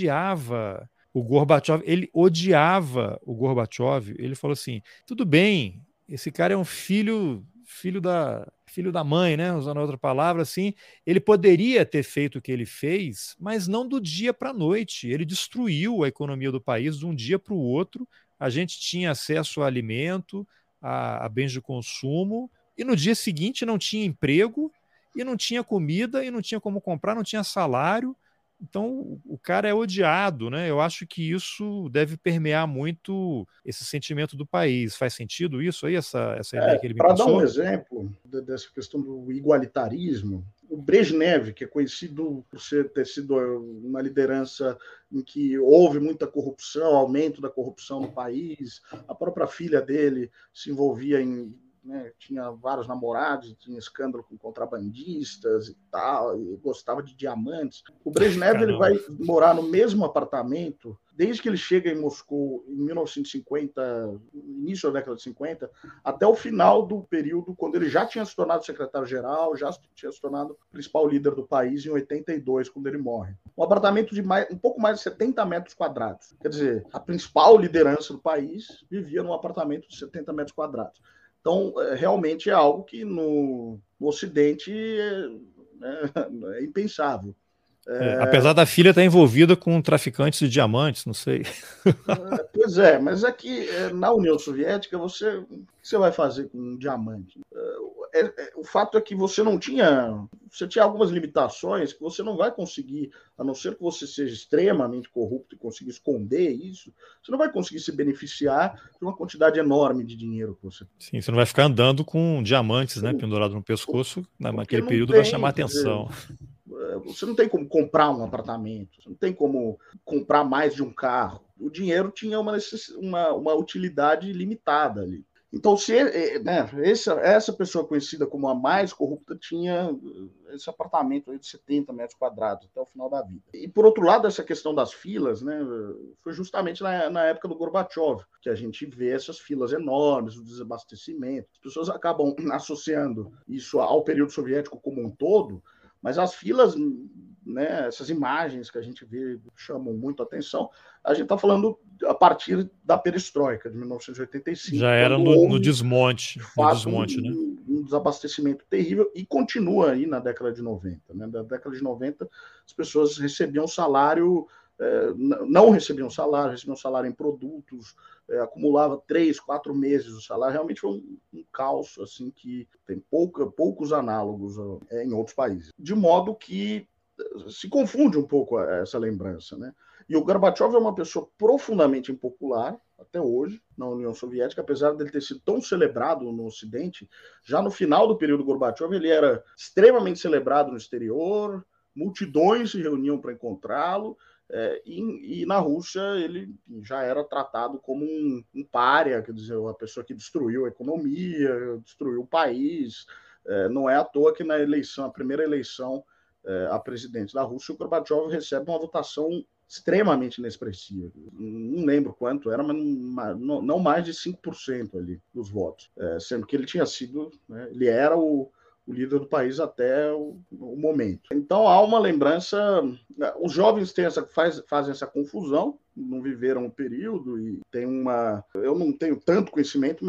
Speaker 1: odiava o Gorbachev, ele odiava o Gorbachev. Ele falou assim: tudo bem, esse cara é um filho, filho da, filho da mãe, né? Usando outra palavra, assim, ele poderia ter feito o que ele fez, mas não do dia para a noite. Ele destruiu a economia do país de um dia para o outro. A gente tinha acesso a alimento, a, a bens de consumo, e no dia seguinte não tinha emprego, e não tinha comida, e não tinha como comprar, não tinha salário. Então, o cara é odiado, né? Eu acho que isso deve permear muito esse sentimento do país. Faz sentido isso aí, essa, essa ideia
Speaker 2: É,
Speaker 1: que ele me
Speaker 2: para dar um
Speaker 1: passou?
Speaker 2: exemplo de, dessa questão do igualitarismo, o Brezhnev, que é conhecido por ser, ter sido uma liderança em que houve muita corrupção, aumento da corrupção no país, a própria filha dele se envolvia em né, tinha vários namorados, tinha escândalo com contrabandistas e tal, e gostava de diamantes. O Brezhnev ele vai
Speaker 1: Caramba.
Speaker 2: morar no mesmo apartamento desde que ele chega em Moscou em mil novecentos e cinquenta, início da década de cinquenta, até o final do período, quando ele já tinha se tornado secretário-geral, já tinha se tornado principal líder do país em oitenta e dois, quando ele morre. Um apartamento de mais, um pouco mais de setenta metros quadrados. Quer dizer, a principal liderança do país vivia num apartamento de setenta metros quadrados. Então, realmente é algo que no, no Ocidente é, é impensável.
Speaker 1: É, apesar da filha estar envolvida com traficantes de diamantes, não sei.
Speaker 2: É, pois é, mas aqui na União Soviética, você, o que você vai fazer com um diamante? É, é, o fato é que você não tinha, você tinha algumas limitações que você não vai conseguir, a não ser que você seja extremamente corrupto e consiga esconder isso, você não vai conseguir se beneficiar de uma quantidade enorme de dinheiro que você tem.
Speaker 1: Sim, você não vai ficar andando com diamantes, né,
Speaker 2: Sim,
Speaker 1: pendurado no pescoço,
Speaker 2: porque
Speaker 1: naquele
Speaker 2: não
Speaker 1: período vai chamar
Speaker 2: tem, quer dizer,
Speaker 1: atenção.
Speaker 2: você não tem como comprar um apartamento, você não tem como comprar mais de um carro. O dinheiro tinha uma, uma, uma utilidade limitada ali. Então, se né, essa, essa pessoa conhecida como a mais corrupta tinha esse apartamento aí de setenta metros quadrados até o final da vida. E, por outro lado, essa questão das filas, né, foi justamente na, na época do Gorbachev que a gente vê essas filas enormes, o desabastecimento. As pessoas acabam associando isso ao período soviético como um todo, mas as filas, né, essas imagens que a gente vê chamam muito a atenção. A gente está falando a partir da perestroika, de mil novecentos e oitenta e cinco,
Speaker 1: Já era
Speaker 2: quando
Speaker 1: no, no
Speaker 2: houve,
Speaker 1: desmonte,
Speaker 2: de
Speaker 1: no
Speaker 2: fato,
Speaker 1: desmonte, né?
Speaker 2: um, um desabastecimento terrível e continua aí na década de noventa. Né? Na década de noventa, as pessoas recebiam salário, eh, não recebiam salário, recebiam salário em produtos, eh, acumulava três, quatro meses o salário. Realmente foi um, um caos assim, que tem pouca, poucos análogos eh, em outros países. De modo que se confunde um pouco essa lembrança, né? E o Gorbachev é uma pessoa profundamente impopular, até hoje, na União Soviética, apesar dele ter sido tão celebrado no Ocidente. Já no final do período Gorbachev, ele era extremamente celebrado no exterior, multidões se reuniam para encontrá-lo, é, e, e na Rússia ele já era tratado como um, um pária, quer dizer, uma pessoa que destruiu a economia, destruiu o país. É, não é à toa que na eleição, a primeira eleição a presidente da Rússia, o Gorbachev recebe uma votação extremamente inexpressiva. Não lembro quanto era, mas não, não mais de cinco por cento ali dos votos. É, sendo que ele tinha sido, né, ele era o, o líder do país até o, o momento. Então há uma lembrança, os jovens têm essa, faz, fazem essa confusão, não viveram o período e tem uma, eu não tenho tanto conhecimento, mas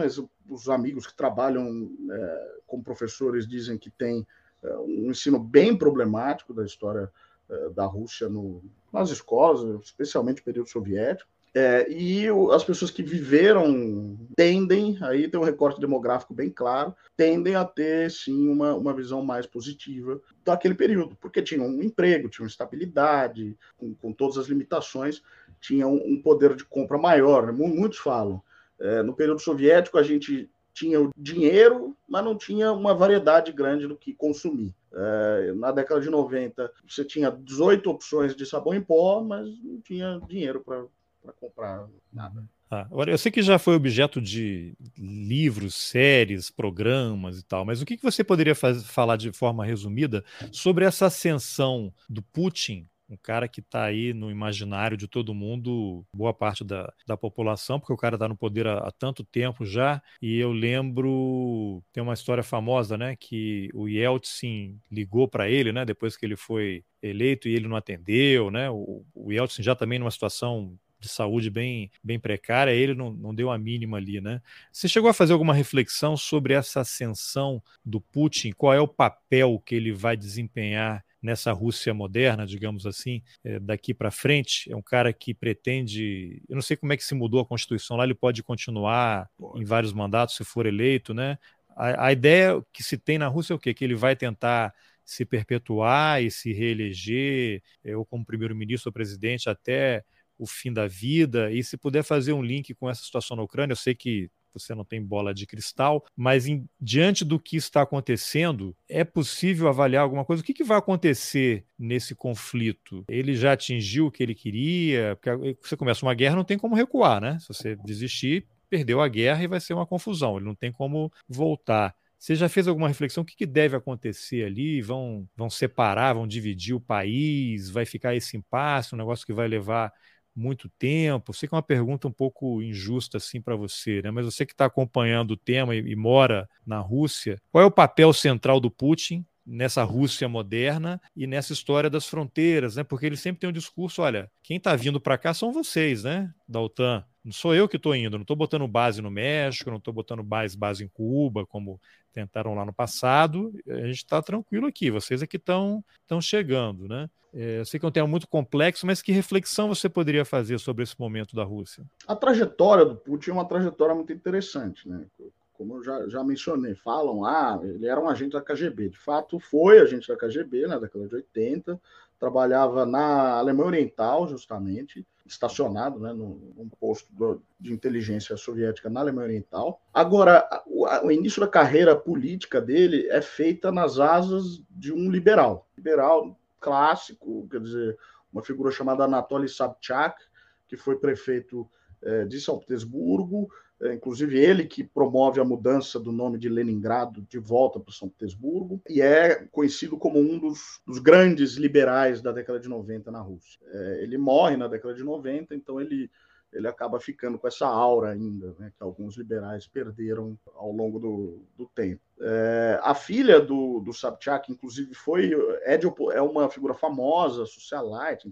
Speaker 2: os amigos que trabalham é, como professores dizem que tem é, um ensino bem problemático da história é, da Rússia no, nas escolas, especialmente no período soviético. É, e o, as pessoas que viveram tendem, aí tem um recorte demográfico bem claro, tendem a ter, sim, uma, uma visão mais positiva daquele período, porque tinham um emprego, tinham estabilidade, com, com todas as limitações, tinham um poder de compra maior, né? Muitos falam. É, no período soviético, a gente tinha o dinheiro, mas não tinha uma variedade grande do que consumir. É, na década de noventa, você tinha dezoito opções de sabão em pó, mas não tinha dinheiro para para comprar nada.
Speaker 1: Ah, agora, eu sei que já foi objeto de livros, séries, programas e tal, mas o que que você poderia faz, falar de forma resumida sobre essa ascensão do Putin, um cara que está aí no imaginário de todo mundo, boa parte da, da população, porque o cara está no poder há, há tanto tempo já, e eu lembro, tem uma história famosa, né, que o Yeltsin ligou para ele, né, depois que ele foi eleito e ele não atendeu, né, o, o Yeltsin já também numa situação de saúde bem, bem precária, ele não, não deu a mínima ali, né? Você chegou a fazer alguma reflexão sobre essa ascensão do Putin? Qual é o papel que ele vai desempenhar nessa Rússia moderna, digamos assim, é, daqui para frente? É um cara que pretende... Eu não sei como é que se mudou a Constituição lá, ele pode continuar em vários mandatos se for eleito, né? A, a ideia que se tem na Rússia é o quê? Que ele vai tentar se perpetuar e se reeleger, é, ou como primeiro-ministro ou presidente até o fim da vida, e se puder fazer um link com essa situação na Ucrânia, eu sei que você não tem bola de cristal, mas em, diante do que está acontecendo, é possível avaliar alguma coisa? O que, que vai acontecer nesse conflito? Ele já atingiu o que ele queria? Porque você começa uma guerra, não tem como recuar, né? Se você desistir, perdeu a guerra e vai ser uma confusão, ele não tem como voltar. Você já fez alguma reflexão? O que, que deve acontecer ali? Vão, vão separar, vão dividir o país? Vai ficar esse impasse, um negócio que vai levar muito tempo? Sei que é uma pergunta um pouco injusta assim para você, né? Mas você que está acompanhando o tema e, e mora na Rússia, qual é o papel central do Putin nessa Rússia moderna e nessa história das fronteiras, né? Porque ele sempre tem um discurso, olha, quem está vindo para cá são vocês, né? Da OTAN. Não sou eu que estou indo, não estou botando base no México, não estou botando base, base em Cuba, como tentaram lá no passado. A gente está tranquilo aqui, vocês aqui estão chegando, né? É, eu sei que é um tema muito complexo, mas que reflexão você poderia fazer sobre esse momento da Rússia?
Speaker 2: A trajetória do Putin é uma trajetória muito interessante, né? Como eu já, já mencionei, falam, ah, ele era um agente da K G B. De fato, foi agente da K G B na década de oitenta, trabalhava na Alemanha Oriental, justamente, estacionado, né, num, num posto do, de inteligência soviética na Alemanha Oriental. Agora, o, o início da carreira política dele é feita nas asas de um liberal. Liberal clássico, quer dizer, uma figura chamada Anatoly Sobchak, que foi prefeito eh, de São Petersburgo, eh, inclusive ele que promove a mudança do nome de Leningrado de volta para São Petersburgo, e é conhecido como um dos, dos grandes liberais da década de noventa na Rússia. Eh, ele morre na década de noventa, então ele ele acaba ficando com essa aura ainda, né, que alguns liberais perderam ao longo do, do tempo. É, a filha do, do Sobchak, inclusive, foi, é, de, é uma figura famosa, socialite,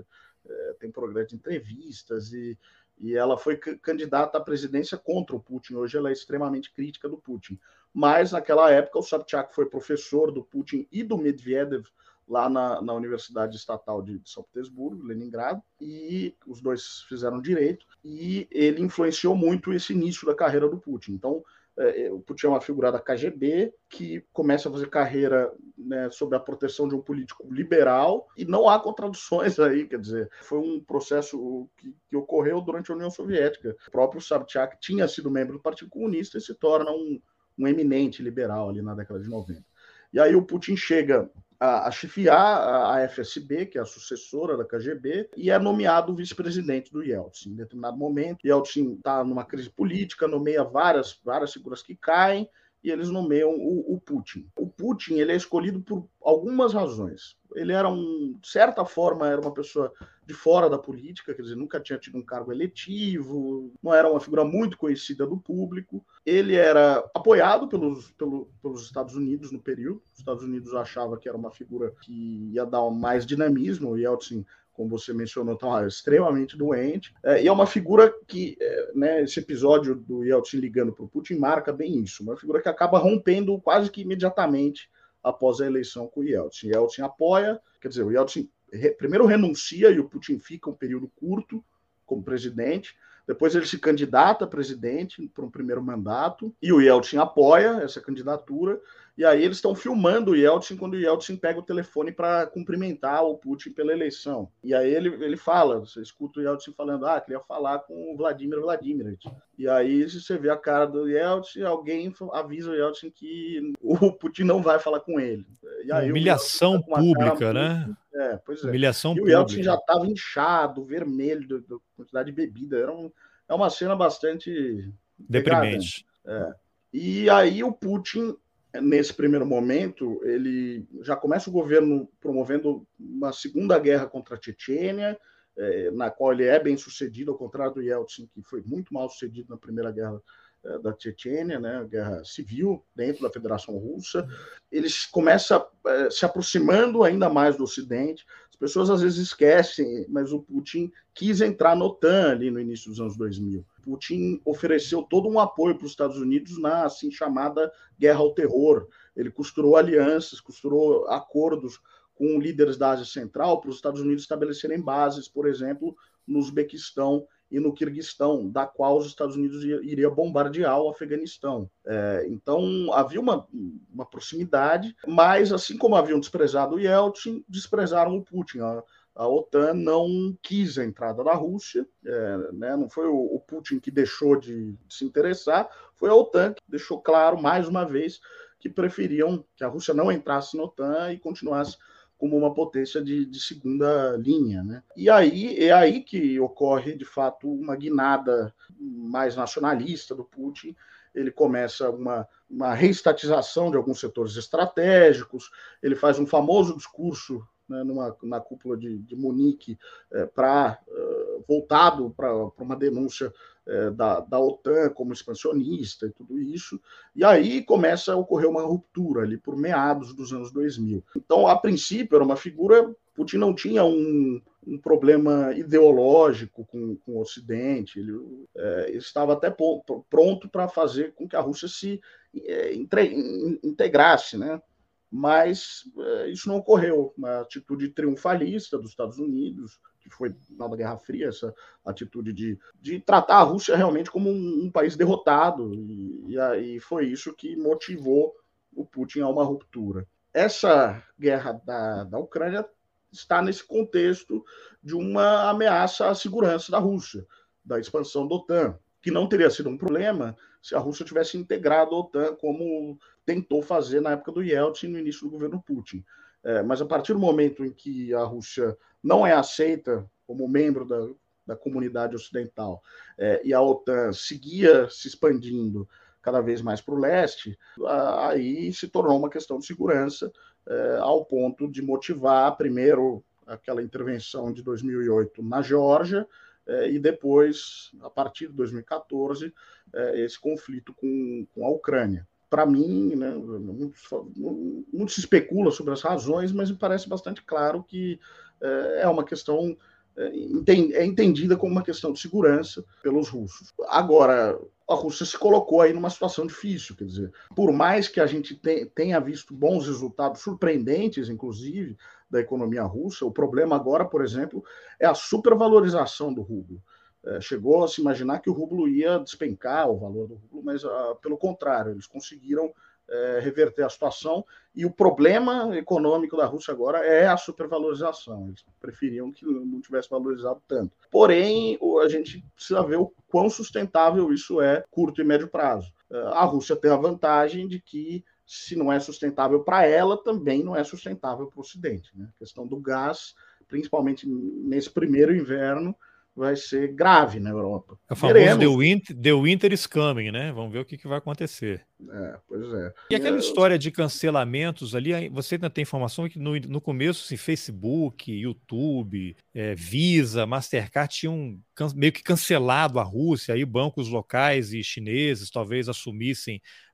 Speaker 2: é, tem programa de entrevistas, e, e ela foi candidata à presidência contra o Putin. Hoje ela é extremamente crítica do Putin. Mas, naquela época, o Sobchak foi professor do Putin e do Medvedev lá na, na Universidade Estatal de, de São Petersburgo, Leningrado, e os dois fizeram direito, e ele influenciou muito esse início da carreira do Putin. Então, é, o Putin é uma figura da K G B que começa a fazer carreira, né, sob a proteção de um político liberal, e não há contradições aí, quer dizer, foi um processo que, que ocorreu durante a União Soviética. O próprio Sobchak tinha sido membro do Partido Comunista e se torna um, um eminente liberal ali na década de noventa. E aí o Putin chega a, a chefiar a F S B, que é a sucessora da K G B, e é nomeado vice-presidente do Yeltsin. Em determinado momento, Yeltsin está numa crise política, nomeia várias, várias figuras que caem, e eles nomeiam o, o Putin. O Putin ele é escolhido por algumas razões. Ele era, um, de certa forma, era uma pessoa de fora da política, quer dizer, nunca tinha tido um cargo eletivo, não era uma figura muito conhecida do público. Ele era apoiado pelos, pelo, pelos Estados Unidos no período. Os Estados Unidos achavam que era uma figura que ia dar mais dinamismo. O Yeltsin como você mencionou, está extremamente doente. É, e é uma figura que, é, né, esse episódio do Yeltsin ligando para o Putin marca bem isso. Uma figura que acaba rompendo quase que imediatamente após a eleição com o Yeltsin. Yeltsin apoia, quer dizer, o Yeltsin re, primeiro renuncia e o Putin fica um período curto como presidente. Depois ele se candidata a presidente para um primeiro mandato e o Yeltsin apoia essa candidatura. E aí eles estão filmando o Yeltsin quando o Yeltsin pega o telefone para cumprimentar o Putin pela eleição. E aí ele, ele fala, você escuta o Yeltsin falando, ah, queria falar com o Vladimir Vladimirovich. E aí você vê a cara do Yeltsin, alguém avisa o Yeltsin que o Putin não vai falar com ele.
Speaker 1: E aí humilhação tá pública, né?
Speaker 2: Muito... É, pois é.
Speaker 1: Humilhação
Speaker 2: e o
Speaker 1: pública.
Speaker 2: Yeltsin já estava inchado, vermelho, da quantidade de bebida. Era um, é uma cena bastante
Speaker 1: deprimente.
Speaker 2: É. E aí o Putin, nesse primeiro momento, ele já começa o governo promovendo uma segunda guerra contra a Chechênia, é, na qual ele é bem sucedido, ao contrário do Yeltsin, que foi muito mal sucedido na primeira guerra é, da Chechênia, né, guerra civil dentro da Federação Russa. Ele começa é, se aproximando ainda mais do Ocidente. As pessoas às vezes esquecem, mas o Putin quis entrar na OTAN ali no início dos anos dois mil. Putin ofereceu todo um apoio para os Estados Unidos na assim chamada guerra ao terror. Ele costurou alianças, costurou acordos com líderes da Ásia Central para os Estados Unidos estabelecerem bases, por exemplo, no Uzbequistão e no Quirguistão, da qual os Estados Unidos iria bombardear o Afeganistão. É, então, havia uma, uma proximidade, mas, assim como haviam desprezado o Yeltsin, desprezaram o Putin. A, a OTAN não quis a entrada da Rússia, é, né, não foi o, o Putin que deixou de, de se interessar, foi a OTAN que deixou claro, mais uma vez, que preferiam que a Rússia não entrasse na OTAN e continuasse como uma potência de, de segunda linha, né? E aí é aí que ocorre, de fato, uma guinada mais nacionalista do Putin. Ele começa uma, uma reestatização de alguns setores estratégicos, ele faz um famoso discurso, né, numa, na cúpula de, de Munique, é, pra, uh, voltado para uma denúncia é, da, da OTAN como expansionista e tudo isso, e aí começa a ocorrer uma ruptura ali por meados dos anos dois mil. Então, a princípio, era uma figura, Putin não tinha um, um problema ideológico com, com o Ocidente, ele é, estava até pronto para fazer com que a Rússia se é, entre, integrasse, né? Mas é, isso não ocorreu. Uma atitude triunfalista dos Estados Unidos, que foi na Guerra Fria, essa atitude de, de tratar a Rússia realmente como um, um país derrotado, e, e aí foi isso que motivou o Putin a uma ruptura. Essa guerra da, da Ucrânia está nesse contexto de uma ameaça à segurança da Rússia, da expansão da OTAN, que não teria sido um problema se a Rússia tivesse integrado a OTAN como tentou fazer na época do Yeltsin, no início do governo Putin. É, mas a partir do momento em que a Rússia não é aceita como membro da, da comunidade ocidental é, e a OTAN seguia se expandindo cada vez mais para o leste, aí se tornou uma questão de segurança, é, ao ponto de motivar, primeiro, aquela intervenção de dois mil e oito na Geórgia, é, e depois, a partir de dois mil e quatorze, é, esse conflito com, com a Ucrânia. Para mim, né, muito, muito se especula sobre as razões, mas me parece bastante claro que é, é uma questão, é entendida como uma questão de segurança pelos russos. Agora, a Rússia se colocou aí numa situação difícil, quer dizer, por mais que a gente tenha visto bons resultados, surpreendentes, inclusive, da economia russa, o problema agora, por exemplo, é a supervalorização do rublo. É, chegou a se imaginar que o rublo ia despencar, o valor do rublo, mas, ah, pelo contrário, eles conseguiram é, reverter a situação, e o problema econômico da Rússia agora é a supervalorização. Eles preferiam que não tivesse valorizado tanto. Porém, a gente precisa ver o quão sustentável isso é curto e médio prazo. A Rússia tem a vantagem de que, se não é sustentável para ela, também não é sustentável para o Ocidente, né? A questão do gás, principalmente nesse primeiro inverno, vai ser grave na Europa.
Speaker 1: É o famoso the winter, the winter is coming, né? Vamos ver o que, que vai acontecer.
Speaker 2: É, pois é.
Speaker 1: E aquela é, história de cancelamentos ali, você ainda tem informação que no, no começo, assim, Facebook, YouTube, é, Visa, Mastercard tinham meio que cancelado a Rússia, aí bancos locais e chineses talvez assumissem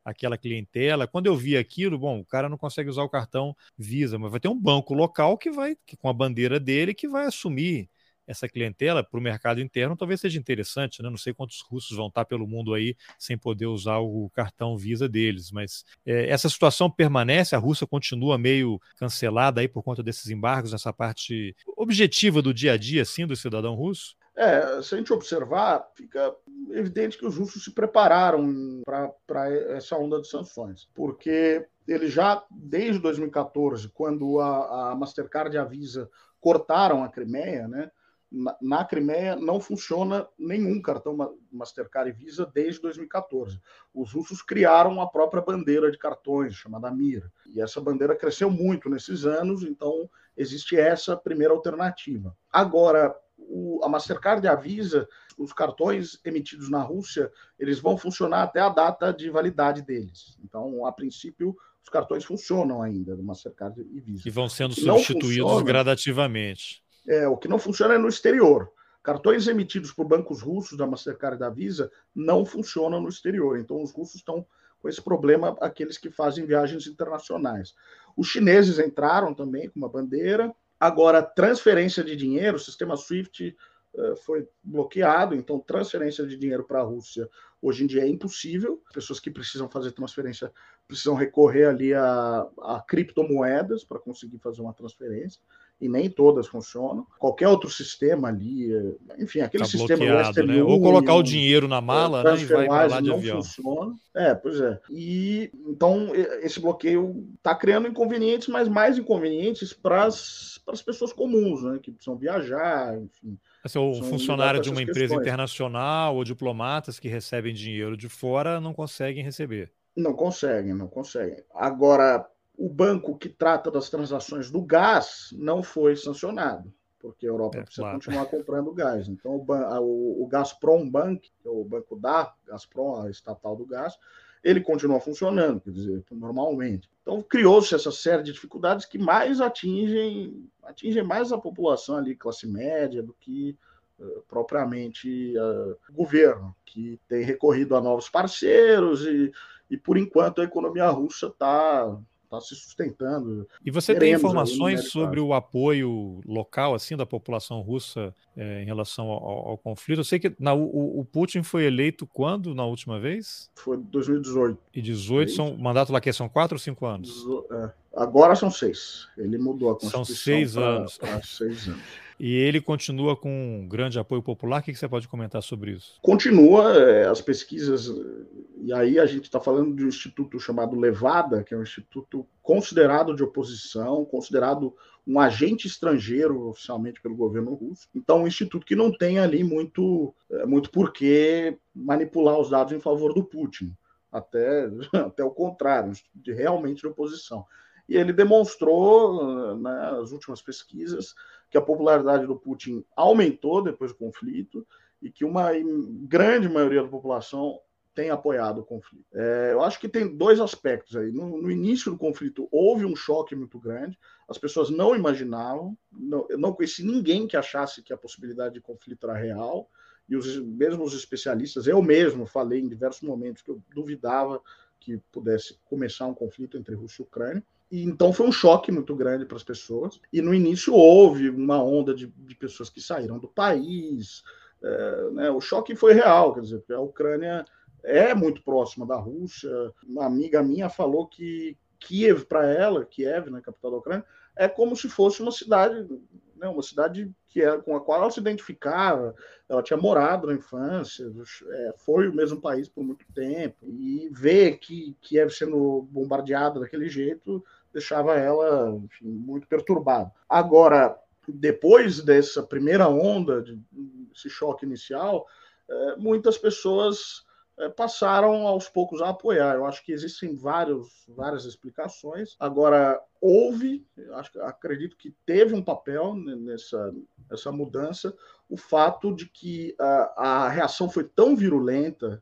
Speaker 1: aquela clientela. Quando eu vi aquilo, bom, o cara não consegue usar o cartão Visa, mas vai ter um banco local que vai, que, com a bandeira dele, que vai assumir essa clientela para o mercado interno. Talvez seja interessante, né? Não sei quantos russos vão estar pelo mundo aí sem poder usar o cartão Visa deles, mas é, essa situação permanece, a Rússia continua meio cancelada aí por conta desses embargos, nessa parte objetiva do dia a dia, assim, do cidadão russo?
Speaker 2: É, se a gente observar, fica evidente que os russos se prepararam para essa onda de sanções, porque eles já, desde dois mil e quatorze, quando a, a Mastercard e a Visa cortaram a Crimeia, né, na, na Crimeia não funciona nenhum cartão Mastercard e Visa desde dois mil e quatorze. Os russos criaram a própria bandeira de cartões, chamada Mir, e essa bandeira cresceu muito nesses anos, então existe essa primeira alternativa. Agora, O, a Mastercard e a Visa, os cartões emitidos na Rússia, eles vão funcionar até a data de validade deles. Então, a princípio, os cartões funcionam ainda, do Mastercard e Visa.
Speaker 1: E vão sendo substituídos funciona, gradativamente.
Speaker 2: É, o que não funciona é no exterior. Cartões emitidos por bancos russos da Mastercard e da Visa não funcionam no exterior. Então, os russos estão com esse problema, aqueles que fazem viagens internacionais. Os chineses entraram também com uma bandeira. Agora, transferência de dinheiro, o sistema SWIFT uh, foi bloqueado, então transferência de dinheiro para a Rússia hoje em dia é impossível. As pessoas que precisam fazer transferência precisam recorrer ali a, a criptomoedas para conseguir fazer uma transferência, e nem todas funcionam. Qualquer outro sistema ali, enfim, aquele
Speaker 1: tá
Speaker 2: sistema
Speaker 1: Western né? Union, ou colocar o dinheiro na mala, né, e vai para lá de
Speaker 2: não
Speaker 1: avião.
Speaker 2: Funciona. É, pois é. E então esse bloqueio está criando inconvenientes, mas mais inconvenientes para as pessoas comuns, né, que precisam viajar, enfim.
Speaker 1: Assim, o funcionário de uma empresa questões. internacional ou diplomatas que recebem dinheiro de fora não conseguem receber.
Speaker 2: Não conseguem, não conseguem. Agora, o banco que trata das transações do gás não foi sancionado, porque a Europa é, precisa claro. continuar comprando gás. Então, o, o, o Gazprom Bank, que é o banco da Gazprom, a estatal do gás, ele continua funcionando, quer dizer, normalmente. Então, criou-se essa série de dificuldades que mais atingem, atingem mais a população ali, classe média, do que uh, propriamente uh, o governo, que tem recorrido a novos parceiros e, e por enquanto, a economia russa está tá se sustentando.
Speaker 1: E você tem informações sobre o apoio local, assim, da população russa é, em relação ao, ao conflito? Eu sei que na, o, o Putin foi eleito quando, na última vez?
Speaker 2: Foi em dois mil e dezoito.
Speaker 1: E dezoito, são, o mandato lá que são quatro ou cinco anos?
Speaker 2: É, agora são seis. Ele mudou a Constituição.
Speaker 1: São seis
Speaker 2: pra,
Speaker 1: anos.
Speaker 2: Para seis anos.
Speaker 1: E ele continua com um grande apoio popular. O que você pode comentar sobre isso?
Speaker 2: Continua, é, as pesquisas, e aí a gente está falando de um instituto chamado Levada, que é um instituto considerado de oposição, considerado um agente estrangeiro oficialmente pelo governo russo. Então, um instituto que não tem ali muito, muito por que manipular os dados em favor do Putin. Até, até o contrário, de realmente de oposição. E ele demonstrou, nas últimas pesquisas, que a popularidade do Putin aumentou depois do conflito e que uma grande maioria da população tem apoiado o conflito. É, eu acho que tem dois aspectos aí. No, no início do conflito, houve um choque muito grande, as pessoas não imaginavam, não, eu não conheci ninguém que achasse que a possibilidade de conflito era real, e os, mesmo os especialistas, eu mesmo falei em diversos momentos que eu duvidava que pudesse começar um conflito entre Rússia e Ucrânia. E, então foi um choque muito grande para as pessoas. E no início houve uma onda de, de pessoas que saíram do país. É, né, o choque foi real, quer dizer, a Ucrânia é muito próxima da Rússia. Uma amiga minha falou que Kiev, para ela, Kiev, né, capital da Ucrânia, é como se fosse uma cidade, né, uma cidade que é, com a qual ela se identificava. Ela tinha morado na infância, é, foi o mesmo país por muito tempo, e ver que Kiev sendo bombardeada daquele jeito deixava ela, enfim, muito perturbada. Agora, depois dessa primeira onda, de, desse choque inicial, é, muitas pessoas é, passaram aos poucos a apoiar. Eu acho que existem vários, várias explicações. Agora, houve, acho, acredito que teve um papel nessa, nessa mudança, o fato de que a, a reação foi tão virulenta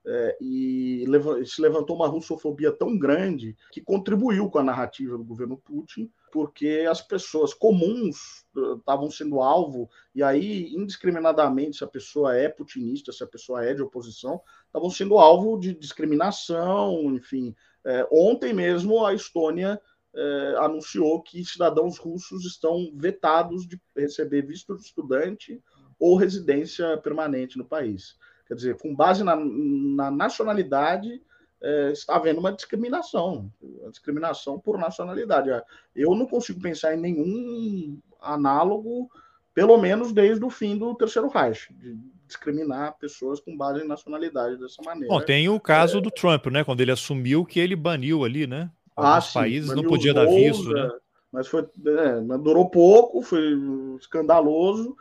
Speaker 2: É, e leva, se levantou uma russofobia tão grande que contribuiu com a narrativa do governo Putin, porque as pessoas comuns estavam uh, sendo alvo, e aí, indiscriminadamente, se a pessoa é putinista, se a pessoa é de oposição, estavam sendo alvo de discriminação, enfim. É, ontem mesmo a Estônia é, anunciou que cidadãos russos estão vetados de receber visto de estudante ou residência permanente no país. Quer dizer, com base na, na nacionalidade, é, está havendo uma discriminação, uma discriminação por nacionalidade. Eu não consigo pensar em nenhum análogo, pelo menos desde o fim do Terceiro Reich, de discriminar pessoas com base em nacionalidade dessa maneira.
Speaker 1: Bom, tem o caso é... do Trump, né? Quando ele assumiu que ele baniu ali, né? Alguns
Speaker 2: ah,
Speaker 1: países
Speaker 2: sim,
Speaker 1: não podia
Speaker 2: voos,
Speaker 1: dar visto, né?
Speaker 2: Mas foi, é, mas durou pouco, foi escandaloso,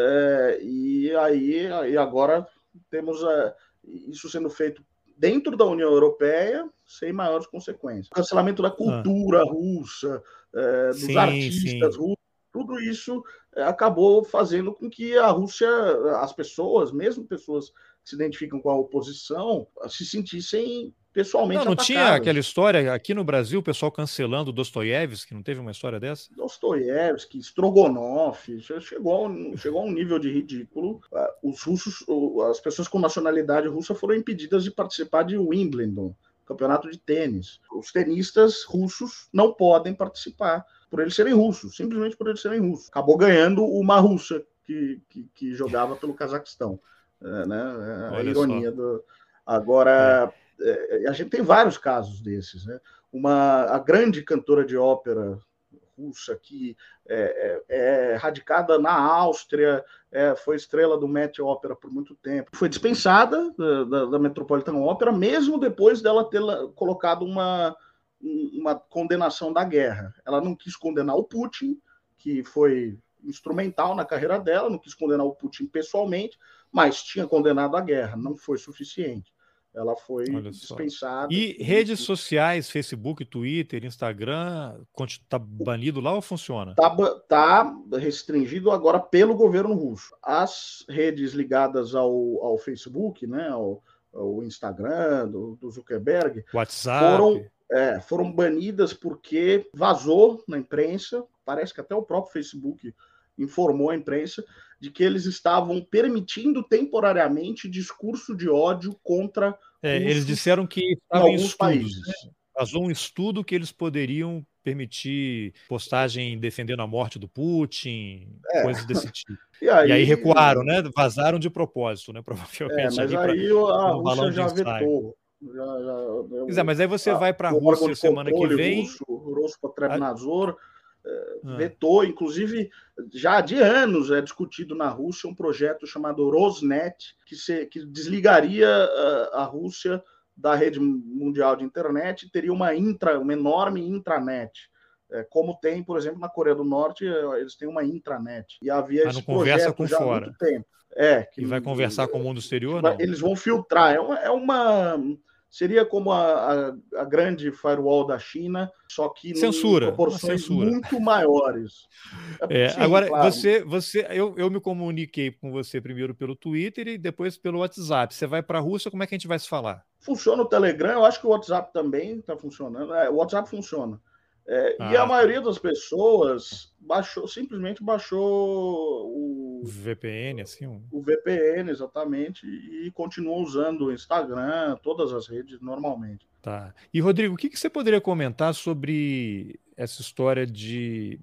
Speaker 2: é, e aí e agora temos é, isso sendo feito dentro da União Europeia sem maiores consequências. O cancelamento da cultura ah. russa, é, dos sim, artistas sim. russos, tudo isso é, acabou fazendo com que a Rússia, as pessoas, mesmo pessoas que se identificam com a oposição, se sentissem pessoalmente
Speaker 1: não, não
Speaker 2: atacadas.
Speaker 1: Tinha aquela história aqui no Brasil, o pessoal cancelando Dostoiévski, não teve uma história dessa?
Speaker 2: Dostoiévski, Strogonoff, chegou, chegou a um nível de ridículo. Os russos, as pessoas com nacionalidade russa foram impedidas de participar de Wimbledon, campeonato de tênis. Os tenistas russos não podem participar por eles serem russos, simplesmente por eles serem russos. Acabou ganhando uma russa que, que, que jogava pelo Cazaquistão. É, né? A
Speaker 1: Olha
Speaker 2: ironia
Speaker 1: só.
Speaker 2: do... Agora... É. A gente tem vários casos desses, né? Uma, a grande cantora de ópera russa que é, é, é radicada na Áustria, é, foi estrela do Met Opera por muito tempo, foi dispensada da, da, da Metropolitan Opera, mesmo depois dela ter colocado uma, uma condenação da guerra. Ela não quis condenar o Putin, que foi instrumental na carreira dela, não quis condenar o Putin pessoalmente, mas tinha condenado a guerra, não foi suficiente. Ela foi dispensada.
Speaker 1: E redes sociais, Facebook, Twitter, Instagram, está banido lá ou funciona?
Speaker 2: Está tá restringido agora pelo governo russo. As redes ligadas ao, ao Facebook, né, ao, ao Instagram, do, do Zuckerberg,
Speaker 1: WhatsApp.
Speaker 2: Foram, é, foram banidas porque vazou na imprensa, parece que até o próprio Facebook informou a imprensa, de que eles estavam permitindo temporariamente discurso de ódio contra
Speaker 1: é, eles disseram que estava em, em estudos,
Speaker 2: países.
Speaker 1: Né? Vazou um estudo que eles poderiam permitir postagem defendendo a morte do Putin, é. coisas desse tipo. E aí, e aí recuaram, né? Vazaram de propósito, né? Provavelmente.
Speaker 2: É, mas aí pra, a Rússia já vetou. Já, já,
Speaker 1: pois é, mas aí você a, vai para a Rússia semana que vem.
Speaker 2: Russo, o Rospotrebnadzor a... vetou, inclusive, já de anos é discutido na Rússia um projeto chamado Rosnet, que, se, que desligaria a, a Rússia da rede mundial de internet e teria uma, intra, uma enorme intranet. É, como tem, por exemplo, na Coreia do Norte, eles têm uma intranet. E havia
Speaker 1: Mas
Speaker 2: esse
Speaker 1: não conversa
Speaker 2: projeto
Speaker 1: com
Speaker 2: já
Speaker 1: fora.
Speaker 2: há muito tempo. É, que,
Speaker 1: e vai conversar com o mundo exterior,
Speaker 2: vai,
Speaker 1: não?
Speaker 2: Eles vão filtrar. É uma... É uma seria como a, a, a grande firewall da China, só que
Speaker 1: censura,
Speaker 2: em proporções
Speaker 1: censura.
Speaker 2: muito maiores.
Speaker 1: É, Sim, agora, claro. você, você, eu, eu me comuniquei com você primeiro pelo Twitter e depois pelo WhatsApp. Você vai para a Rússia, como é que a gente vai se falar?
Speaker 2: Funciona o Telegram, eu acho que o WhatsApp também está funcionando. É, o WhatsApp funciona. É, ah, e a tá. maioria das pessoas baixou, simplesmente baixou o
Speaker 1: V P N, assim, um...
Speaker 2: o V P N, exatamente, e continua usando o Instagram, todas as redes normalmente.
Speaker 1: Tá. E Rodrigo, o que, que você poderia comentar sobre essa história de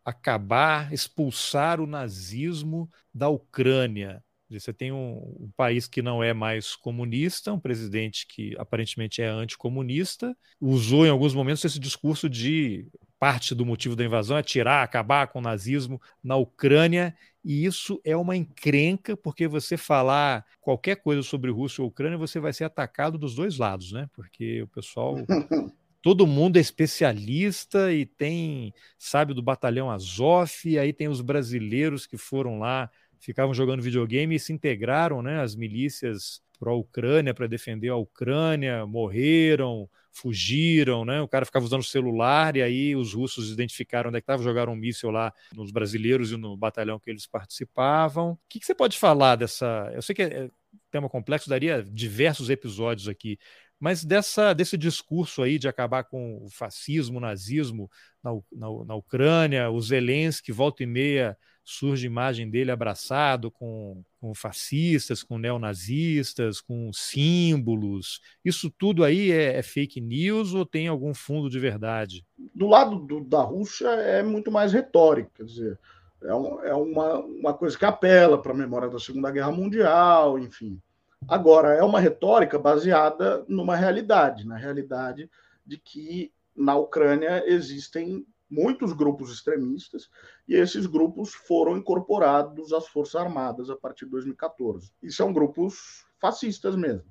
Speaker 1: acabar, expulsar o nazismo da Ucrânia? Você tem um, um país que não é mais comunista, um presidente que aparentemente é anticomunista, usou em alguns momentos esse discurso de parte do motivo da invasão é tirar, acabar com o nazismo na Ucrânia, e isso é uma encrenca, porque você falar qualquer coisa sobre Rússia ou Ucrânia, você vai ser atacado dos dois lados, né? Porque o pessoal... Todo mundo é especialista e tem, sabe, do batalhão Azov, e aí tem os brasileiros que foram lá, ficavam jogando videogame e se integraram, né, às milícias pró-Ucrânia para defender a Ucrânia, morreram, fugiram, né? O cara ficava usando o celular e aí os russos identificaram onde é que estava, jogaram um míssil lá nos brasileiros e no batalhão que eles participavam. O que, que você pode falar dessa... Eu sei que é tema complexo, daria diversos episódios aqui. Mas dessa, desse discurso aí de acabar com o fascismo, o nazismo na, na, na Ucrânia, o Zelensky, volta e meia, surge imagem dele abraçado com, com fascistas, com neonazistas, com símbolos. Isso tudo aí é, é fake news ou tem algum fundo de verdade?
Speaker 2: Do lado do, da Rússia é muito mais retórica, quer dizer, é, um, é uma, uma coisa que apela para a memória da Segunda Guerra Mundial, enfim. Agora, é uma retórica baseada numa realidade, na realidade de que na Ucrânia existem muitos grupos extremistas e esses grupos foram incorporados às Forças Armadas a partir de dois mil e quatorze. E são grupos fascistas mesmo.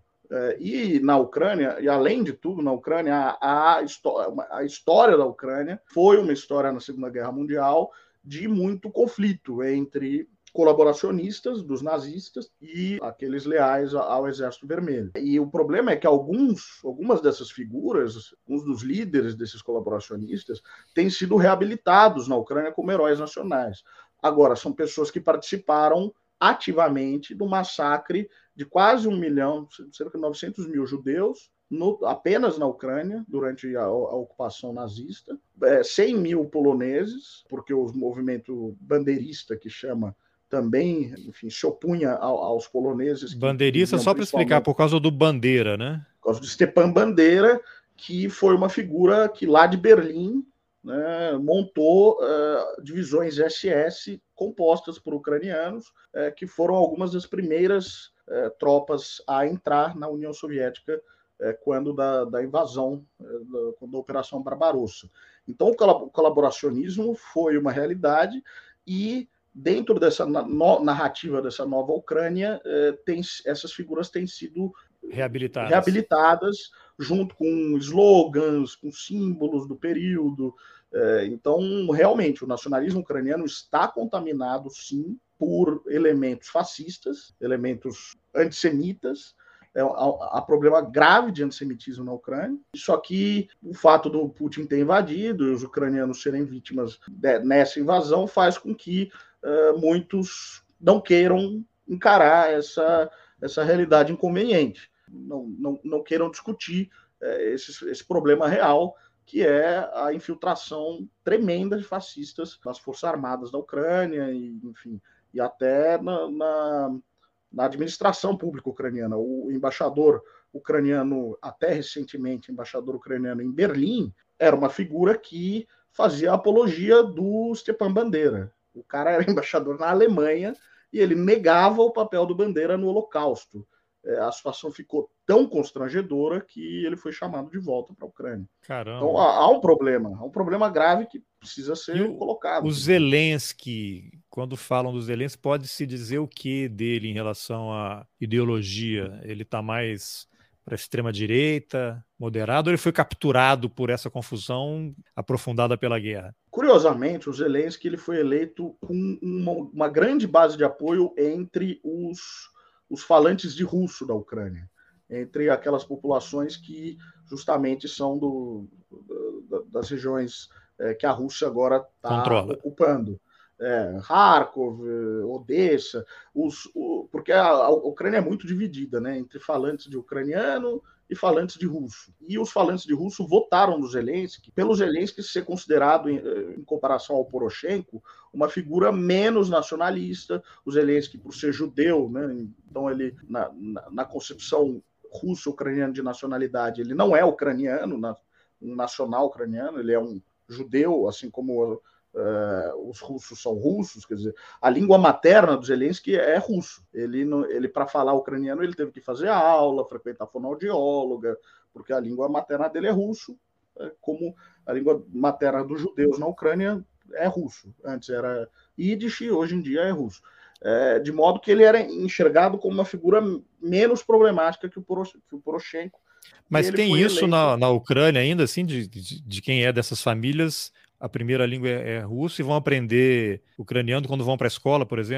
Speaker 2: E na Ucrânia, e além de tudo, na Ucrânia, a, a, a história da Ucrânia foi uma história na Segunda Guerra Mundial de muito conflito entre colaboracionistas dos nazistas e aqueles leais ao Exército Vermelho. E o problema é que alguns, algumas dessas figuras, alguns dos líderes desses colaboracionistas, têm sido reabilitados na Ucrânia como heróis nacionais. Agora, são pessoas que participaram ativamente do massacre de quase um milhão, cerca de novecentos mil judeus, No, apenas na Ucrânia, durante a, a ocupação nazista, é, cem mil poloneses, porque o movimento bandeirista, que chama, também, enfim, se opunha ao, aos poloneses.
Speaker 1: Bandeirista, só para explicar, por causa do Bandeira, né?
Speaker 2: Por causa de Stepan Bandeira, que foi uma figura que lá de Berlim, né, montou uh, divisões S S compostas por ucranianos, uh, que foram algumas das primeiras uh, tropas a entrar na União Soviética uh, quando da, da invasão, uh, da, da Operação Barbarossa. Então, o colaboracionismo foi uma realidade e dentro dessa narrativa dessa nova Ucrânia, tem, essas figuras têm sido
Speaker 1: reabilitadas.
Speaker 2: reabilitadas junto com slogans, com símbolos do período. Então, realmente, o nacionalismo ucraniano está contaminado, sim, por elementos fascistas, elementos antissemitas. Há problema grave de antissemitismo na Ucrânia, só que o fato do Putin ter invadido e os ucranianos serem vítimas de, nessa invasão faz com que uh, muitos não queiram encarar essa, essa realidade inconveniente, não, não, não queiram discutir uh, esse, esse problema real, que é a infiltração tremenda de fascistas nas Forças Armadas da Ucrânia, e, enfim, e até na... na na administração pública ucraniana. O embaixador ucraniano, até recentemente, embaixador ucraniano em Berlim, era uma figura que fazia apologia do Stepan Bandeira. O cara era embaixador na Alemanha e ele negava o papel do Bandeira no Holocausto. A situação ficou tão constrangedora que ele foi chamado de volta para a Ucrânia.
Speaker 1: Caramba.
Speaker 2: Então há, há um problema, há um problema grave que precisa ser
Speaker 1: o,
Speaker 2: colocado.
Speaker 1: O Zelensky, quando falam do Zelensky, pode-se dizer o que dele em relação à ideologia? Ele está mais para a extrema-direita, moderado, ou ele foi capturado por essa confusão aprofundada pela guerra?
Speaker 2: Curiosamente, o Zelensky ele foi eleito com uma, uma grande base de apoio entre os os falantes de russo da Ucrânia, entre aquelas populações que justamente são do, do, das regiões é, que a Rússia agora está ocupando. É, Kharkov, Odessa, os, o, porque a, a Ucrânia é muito dividida, né, entre falantes de ucraniano e falantes de russo. E os falantes de russo votaram no Zelensky, pelo Zelensky ser considerado, em, em comparação ao Poroshenko, uma figura menos nacionalista. O Zelensky, por ser judeu, né, então ele, na, na, na concepção russo-ucraniana de nacionalidade, ele não é ucraniano, na, um nacional ucraniano, ele é um judeu, assim como uh, os russos são russos, quer dizer, a língua materna do Zelensky é russo. Ele, ele para falar ucraniano, ele teve que fazer aula, frequentar fonoaudióloga, porque a língua materna dele é russo, como a língua materna dos judeus na Ucrânia é russo. Antes era Yiddish, hoje em dia é russo. É, de modo que ele era enxergado como uma figura menos problemática que o, Poros, que o Poroshenko.
Speaker 1: Mas tem isso eleito... na, na Ucrânia ainda, assim, de, de, de quem é dessas famílias, a primeira língua é, é russo e vão aprender ucraniano quando vão para a escola, por exemplo?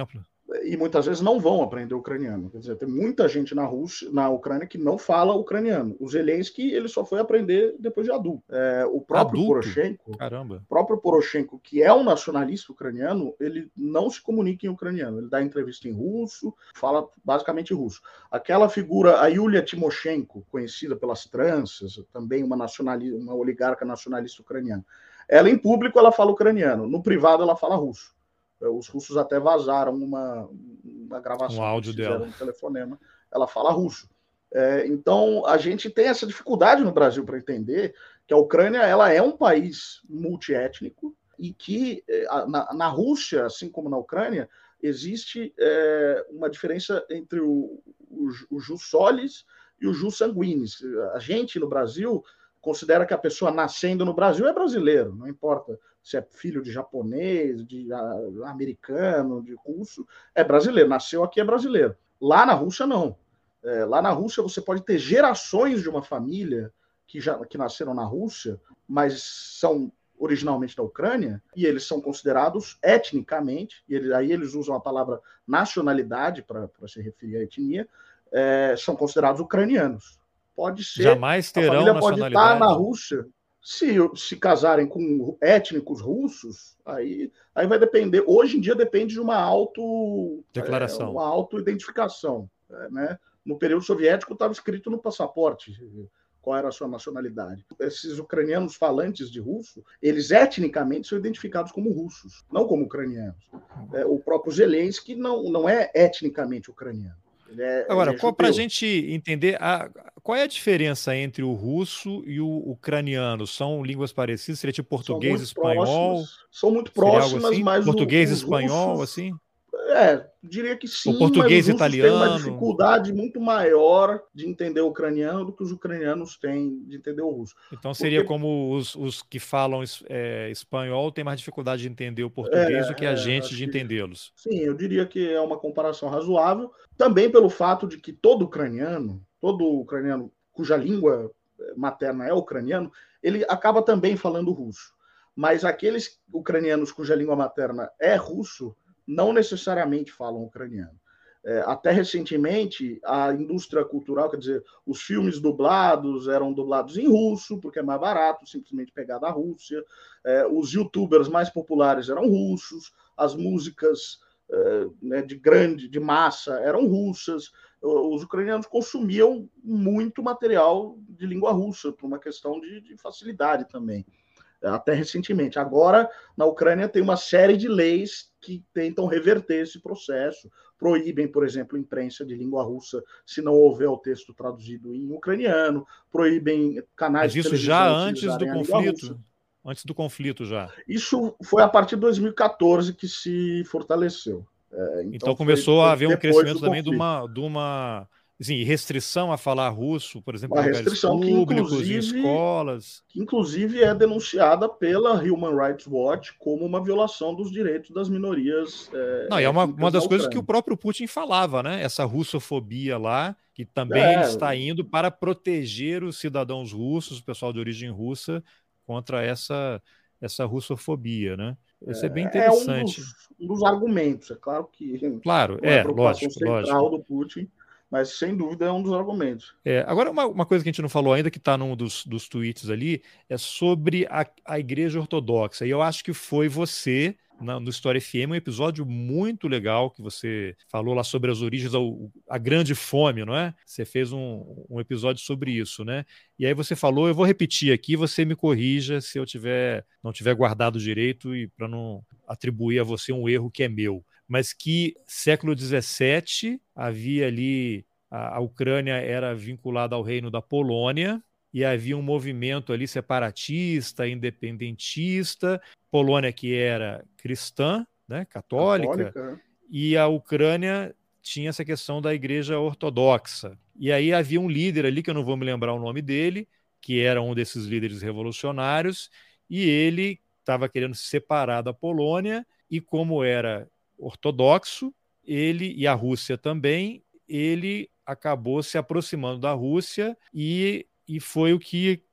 Speaker 2: e muitas vezes não vão aprender ucraniano. Quer dizer, tem muita gente na Rússia, na Ucrânia, que não fala ucraniano. O Zelensky, ele só foi aprender depois de adulto. É, o próprio
Speaker 1: Adulto?
Speaker 2: Poroshenko,
Speaker 1: Caramba.
Speaker 2: o próprio Poroshenko, que é um nacionalista ucraniano, ele não se comunica em ucraniano. Ele dá entrevista em russo, fala basicamente russo. Aquela figura, a Yulia Tymoshenko, conhecida pelas tranças, também uma, nacionalista, uma oligarca nacionalista ucraniana. Ela, em público, ela fala ucraniano. No privado, ela fala russo. Os russos até vazaram uma, uma gravação,
Speaker 1: um áudio
Speaker 2: que fizeram
Speaker 1: dela.
Speaker 2: um telefonema. Ela fala russo. É, então, a gente tem essa dificuldade no Brasil para entender que a Ucrânia ela é um país multiétnico e que na, na Rússia, assim como na Ucrânia, existe é, uma diferença entre o, o, o jus solis e o jus sanguinis. A gente, no Brasil, considera que a pessoa nascendo no Brasil é brasileiro, não importa se é filho de japonês, de uh, americano, de russo, é brasileiro, nasceu aqui é brasileiro. Lá na Rússia, não. É, lá na Rússia, você pode ter gerações de uma família que, já, que nasceram na Rússia, mas são originalmente da Ucrânia, e eles são considerados etnicamente, e eles, aí eles usam a palavra nacionalidade para se referir à etnia, é, são considerados ucranianos. Pode ser,
Speaker 1: jamais terão
Speaker 2: a família pode estar na Rússia, se, se casarem com étnicos russos, aí, aí vai depender, hoje em dia depende de uma auto
Speaker 1: declaração,
Speaker 2: é, uma auto-identificação, é, né? No período soviético estava escrito no passaporte qual era a sua nacionalidade. Esses ucranianos falantes de russo, eles etnicamente são identificados como russos, não como ucranianos. É, o próprio Zelensky não, não é etnicamente ucraniano. É,
Speaker 1: Agora, é para a gente entender, a, qual é a diferença entre o russo e o ucraniano? São línguas parecidas? Seria tipo português e espanhol?
Speaker 2: Próximas, são muito próximas,
Speaker 1: assim?
Speaker 2: mas
Speaker 1: português e
Speaker 2: os
Speaker 1: espanhol,
Speaker 2: russos,
Speaker 1: assim?
Speaker 2: É, diria que sim,
Speaker 1: o português
Speaker 2: mas os russos
Speaker 1: italiano
Speaker 2: têm uma dificuldade muito maior de entender o ucraniano do que os ucranianos têm de entender o russo.
Speaker 1: Então seria Porque... como os, os que falam é, espanhol têm mais dificuldade de entender o português é, do que a gente é, de entendê-los.
Speaker 2: Sim, eu diria que é uma comparação razoável, também pelo fato de que todo ucraniano, todo ucraniano cuja língua materna é ucraniano, ele acaba também falando russo. Mas aqueles ucranianos cuja língua materna é russo, não necessariamente falam ucraniano. É, até recentemente, a indústria cultural, quer dizer, os filmes dublados eram dublados em russo, porque é mais barato simplesmente pegar da Rússia, é, os youtubers mais populares eram russos, as músicas é, né, de grande, de massa eram russas, os ucranianos consumiam muito material de língua russa, por uma questão de, de facilidade também. Até recentemente. Agora, na Ucrânia, tem uma série de leis que tentam reverter esse processo, proíbem, por exemplo, imprensa de língua russa se não houver o texto traduzido em ucraniano, proíbem canais
Speaker 1: Mas isso
Speaker 2: de televisão
Speaker 1: já antes do conflito? Antes do conflito já?
Speaker 2: Isso foi a partir de dois mil e quatorze que se fortaleceu. É,
Speaker 1: então, então começou foi, foi a haver um crescimento também de uma... De uma... Assim, restrição a falar russo, por exemplo,
Speaker 2: uma
Speaker 1: em lugares
Speaker 2: restrição
Speaker 1: públicos,
Speaker 2: que,
Speaker 1: em escolas.
Speaker 2: Que, inclusive, é denunciada pela Human Rights Watch como uma violação dos direitos das minorias. É,
Speaker 1: Não, e é uma, uma das coisas que o próprio Putin falava, né? Essa russofobia lá, que também é, ele está indo para proteger os cidadãos russos, o pessoal de origem russa, contra essa, essa russofobia, né? Isso é, é bem interessante.
Speaker 2: É um dos, um dos argumentos, é claro que
Speaker 1: claro,
Speaker 2: não é,
Speaker 1: é
Speaker 2: a preocupação
Speaker 1: lógico,
Speaker 2: central
Speaker 1: lógico.
Speaker 2: do Putin, mas sem dúvida é um dos argumentos.
Speaker 1: É, agora, uma, uma coisa que a gente não falou ainda, que está num dos, dos tweets ali, é sobre a, a Igreja Ortodoxa. E eu acho que foi você, na, no História F M, um episódio muito legal, que você falou lá sobre as origens, a, a grande fome, não é? Você fez um, um episódio sobre isso, né? E aí você falou, eu vou repetir aqui, você me corrija se eu tiver, não tiver guardado direito e para não atribuir a você um erro que é meu. Mas que século dezessete havia ali, a, a Ucrânia era vinculada ao reino da Polônia e havia um movimento ali separatista, independentista, Polônia que era cristã, né, católica, católica, e a Ucrânia tinha essa questão da igreja ortodoxa. E aí havia um líder ali, que eu não vou me lembrar o nome dele, que era um desses líderes revolucionários, e ele estava querendo se separar da Polônia, e como era ortodoxo, ele e a Rússia também, ele acabou se aproximando da Rússia e, e foi o que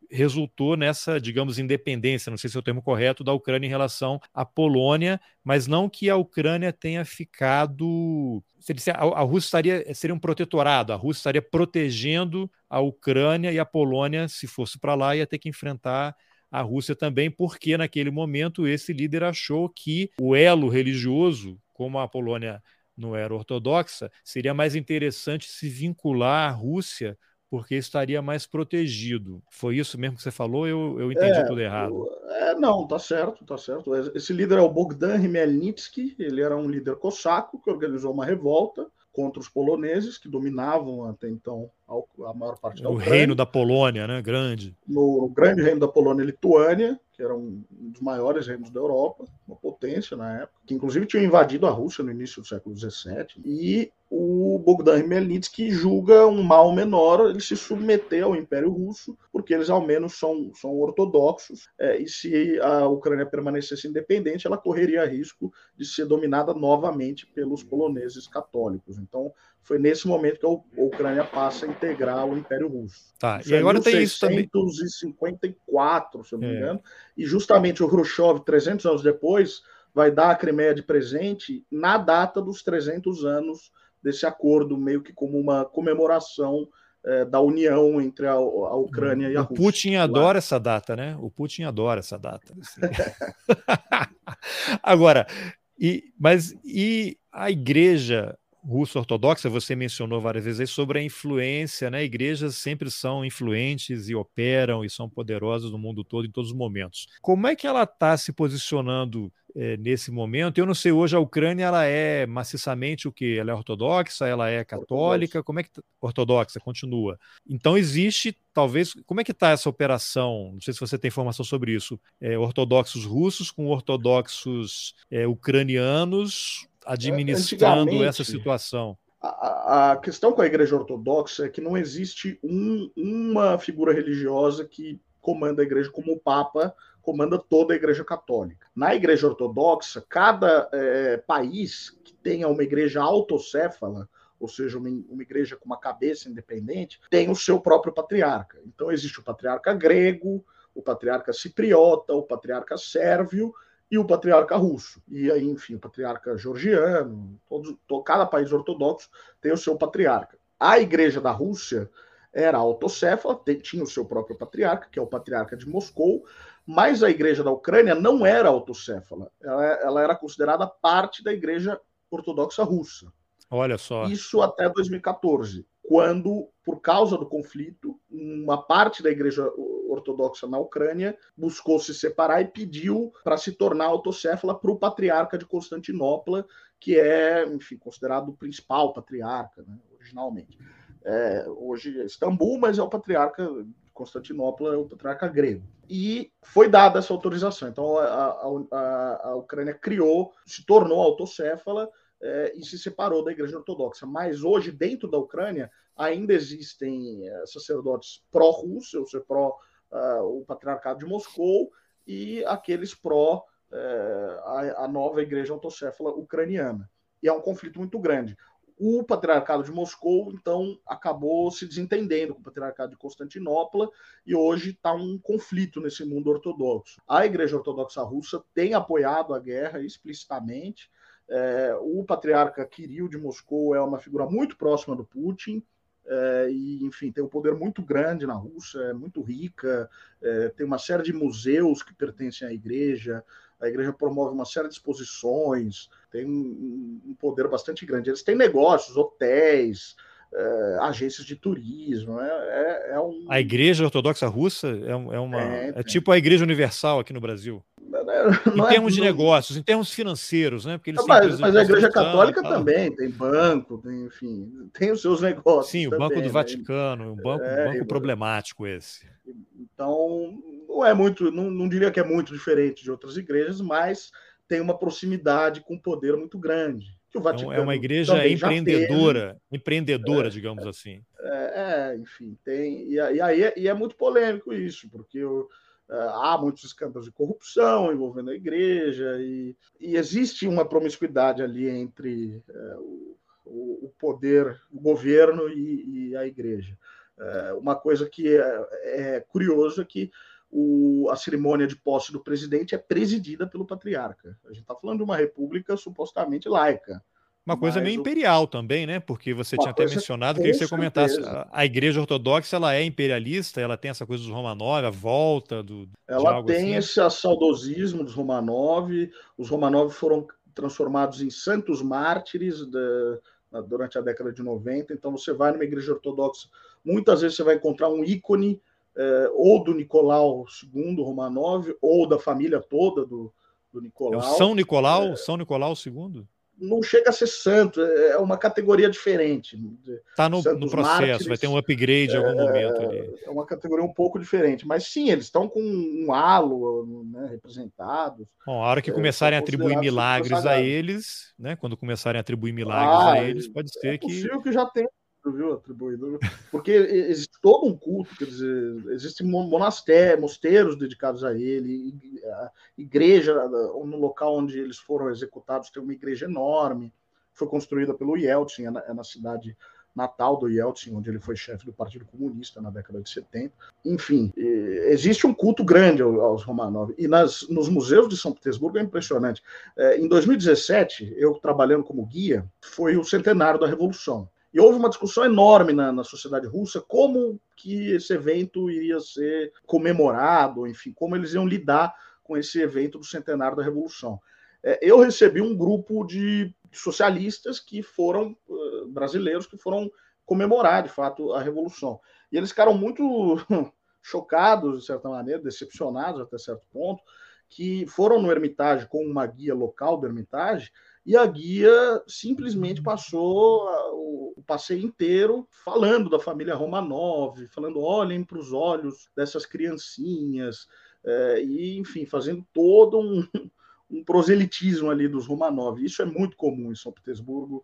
Speaker 1: resultou nessa, digamos, independência, não sei se é o termo correto, da Ucrânia em relação à Polônia, mas não que a Ucrânia tenha ficado... A Rússia estaria, seria um protetorado, a Rússia estaria protegendo a Ucrânia e a Polônia, se fosse para lá, ia ter que enfrentar a Rússia também, porque naquele momento esse líder achou que o elo religioso, como a Polônia não era ortodoxa, seria mais interessante se vincular à Rússia, porque estaria mais protegido. Foi isso mesmo que você falou? Eu, eu entendi
Speaker 2: É,
Speaker 1: tudo errado.
Speaker 2: é, não, tá certo, tá certo. Esse líder é o Bogdan Khmelnytsky, ele era um líder cosaco que organizou uma revolta contra os poloneses, que dominavam até então a maior parte da
Speaker 1: O
Speaker 2: Ucrânia.
Speaker 1: reino da Polônia, né? Grande.
Speaker 2: No, no grande reino da Polônia e Lituânia, que era um, um dos maiores reinos da Europa, uma potência na época, que inclusive tinha invadido a Rússia no início do século dezessete. E o Bogdan Khmelnytsky julga um mal menor ele se submeter ao Império Russo, porque eles ao menos são, são ortodoxos, é, e se a Ucrânia permanecesse independente, ela correria risco de ser dominada novamente pelos poloneses católicos. Então, foi nesse momento que a Ucrânia passa a integrar o Império Russo.
Speaker 1: Tá,
Speaker 2: Isso
Speaker 1: e agora
Speaker 2: é
Speaker 1: tem isso também.
Speaker 2: mil seiscentos e cinquenta e quatro, se eu não me engano, é. E justamente o Khrushchev, trezentos anos depois, vai dar a Crimeia de presente na data dos trezentos anos desse acordo, meio que como uma comemoração é, da união entre a, a Ucrânia
Speaker 1: o,
Speaker 2: e a
Speaker 1: o
Speaker 2: Rússia.
Speaker 1: Putin adora lá. essa data, né? O Putin adora essa data. Assim. Agora, e, mas e a igreja russo-ortodoxa, você mencionou várias vezes aí sobre a influência, né? Igrejas sempre são influentes e operam e são poderosas no mundo todo, em todos os momentos. Como é que ela está se posicionando é, nesse momento? Eu não sei, hoje a Ucrânia ela é maciçamente o quê? Ela é ortodoxa? Ela é católica? Ortodoxa. Como é que ortodoxa continua? Então existe, talvez, como é que está essa operação? Não sei se você tem informação sobre isso. É, ortodoxos russos com ortodoxos é, ucranianos administrando essa situação?
Speaker 2: A, a questão com a Igreja Ortodoxa é que não existe um, uma figura religiosa que comanda a Igreja como o Papa comanda toda a Igreja Católica. Na Igreja Ortodoxa, cada é, país que tenha uma igreja autocéfala, ou seja, uma, uma igreja com uma cabeça independente, tem o seu próprio patriarca. Então existe o patriarca grego, o patriarca cipriota, o patriarca sérvio, e o patriarca russo. E aí, enfim, o patriarca georgiano, todo, todo, cada país ortodoxo tem o seu patriarca. A igreja da Rússia era autocéfala, tinha o seu próprio patriarca, que é o patriarca de Moscou, mas a igreja da Ucrânia não era autocéfala. Ela, ela era considerada parte da igreja ortodoxa russa.
Speaker 1: Olha só.
Speaker 2: Isso até dois mil e quatorze, quando, por causa do conflito, uma parte da igreja ortodoxa na Ucrânia buscou se separar e pediu para se tornar autocéfala para o patriarca de Constantinopla, que é, enfim, considerado o principal patriarca, né, originalmente. É, hoje é Istambul, mas é o patriarca de Constantinopla, é o patriarca grego. E foi dada essa autorização. Então a, a, a, a Ucrânia criou, se tornou autocéfala, É, e se separou da Igreja Ortodoxa. Mas hoje, dentro da Ucrânia, ainda existem é, sacerdotes pró-Rússia, ou seja, pró uh, o Patriarcado de Moscou, e aqueles pró é, a, a nova Igreja Autocéfala ucraniana. E é um conflito muito grande. O Patriarcado de Moscou, então, acabou se desentendendo com o Patriarcado de Constantinopla e hoje está um conflito nesse mundo ortodoxo. A Igreja Ortodoxa Russa tem apoiado a guerra explicitamente. É, o patriarca Kirill de Moscou é uma figura muito próxima do Putin, é, e, enfim, tem um poder muito grande na Rússia, é muito rica, é, tem uma série de museus que pertencem à igreja, a igreja promove uma série de exposições, tem um, um poder bastante grande. Eles têm negócios, hotéis, é, agências de turismo. É, é, é um...
Speaker 1: A Igreja Ortodoxa Russa é, é uma é, é tipo a Igreja Universal aqui no Brasil. Não em termos é, de não... negócios, em termos financeiros, né? Porque eles
Speaker 2: mas, mas a Igreja Católica também tem banco, tem, enfim, tem os seus negócios.
Speaker 1: Sim,
Speaker 2: também,
Speaker 1: o Banco do
Speaker 2: né?
Speaker 1: Vaticano, um banco, é, banco problemático esse.
Speaker 2: Então, não é muito, não, não diria que é muito diferente de outras igrejas, mas tem uma proximidade com um poder muito grande. Que o Vaticano
Speaker 1: é uma igreja empreendedora, empreendedora, é, digamos assim.
Speaker 2: É, é, enfim, tem. E, e aí é, e é muito polêmico isso, porque o, há muitos escândalos de corrupção envolvendo a igreja, e, e existe uma promiscuidade ali entre é, o, o poder, o governo e, e a igreja. É, uma coisa que é, é curioso é que o, a cerimônia de posse do presidente é presidida pelo patriarca. A gente está falando de uma república supostamente laica.
Speaker 1: Uma coisa meio imperial o... também, né? Porque você
Speaker 2: uma
Speaker 1: tinha até
Speaker 2: coisa,
Speaker 1: mencionado, queria que você comentasse, a, a Igreja Ortodoxa, ela é imperialista, ela tem essa coisa dos Romanov, a volta do,
Speaker 2: ela
Speaker 1: de algo
Speaker 2: tem
Speaker 1: assim?
Speaker 2: esse saudosismo dos Romanov, os Romanov foram transformados em santos mártires da, durante a década de noventa, então você vai numa igreja ortodoxa, muitas vezes você vai encontrar um ícone eh, ou do Nicolau segundo Romanov, ou da família toda do, do Nicolau.
Speaker 1: É o São Nicolau, é... São Nicolau segundo?
Speaker 2: Não chega a ser santo, é uma categoria diferente.
Speaker 1: Está no, no processo, mártires, vai ter um upgrade em algum é, momento ali.
Speaker 2: É uma categoria um pouco diferente, mas sim, eles estão com um halo, né, representados.
Speaker 1: Bom, a hora que começarem é, a atribuir milagres a eles, né, quando começarem a atribuir milagres ah, a eles, pode ser
Speaker 2: é
Speaker 1: que...
Speaker 2: É possível que já tenha, viu, atribuído, porque existe todo um culto, quer dizer, existem monastérios, mosteiros dedicados a ele, a igreja, no local onde eles foram executados, tem uma igreja enorme, foi construída pelo Yeltsin, é na, é na cidade natal do Yeltsin, onde ele foi chefe do Partido Comunista na década de setenta. Enfim, existe um culto grande aos Romanov. E nas, nos museus de São Petersburgo é impressionante. Em dois mil e dezessete, eu trabalhando como guia, foi o centenário da Revolução. E houve uma discussão enorme na, na sociedade russa como que esse evento iria ser comemorado, enfim, como eles iam lidar com esse evento do centenário da Revolução. Eu recebi um grupo de socialistas que foram, brasileiros, que foram comemorar, de fato, a Revolução. E eles ficaram muito chocados, de certa maneira, decepcionados até certo ponto, que foram no Hermitage com uma guia local do Hermitage, e a guia simplesmente passou o passeio inteiro falando da família Romanov, falando, olhem para os olhos dessas criancinhas, é, e, enfim, fazendo todo um, um proselitismo ali dos Romanov. Isso é muito comum em São Petersburgo,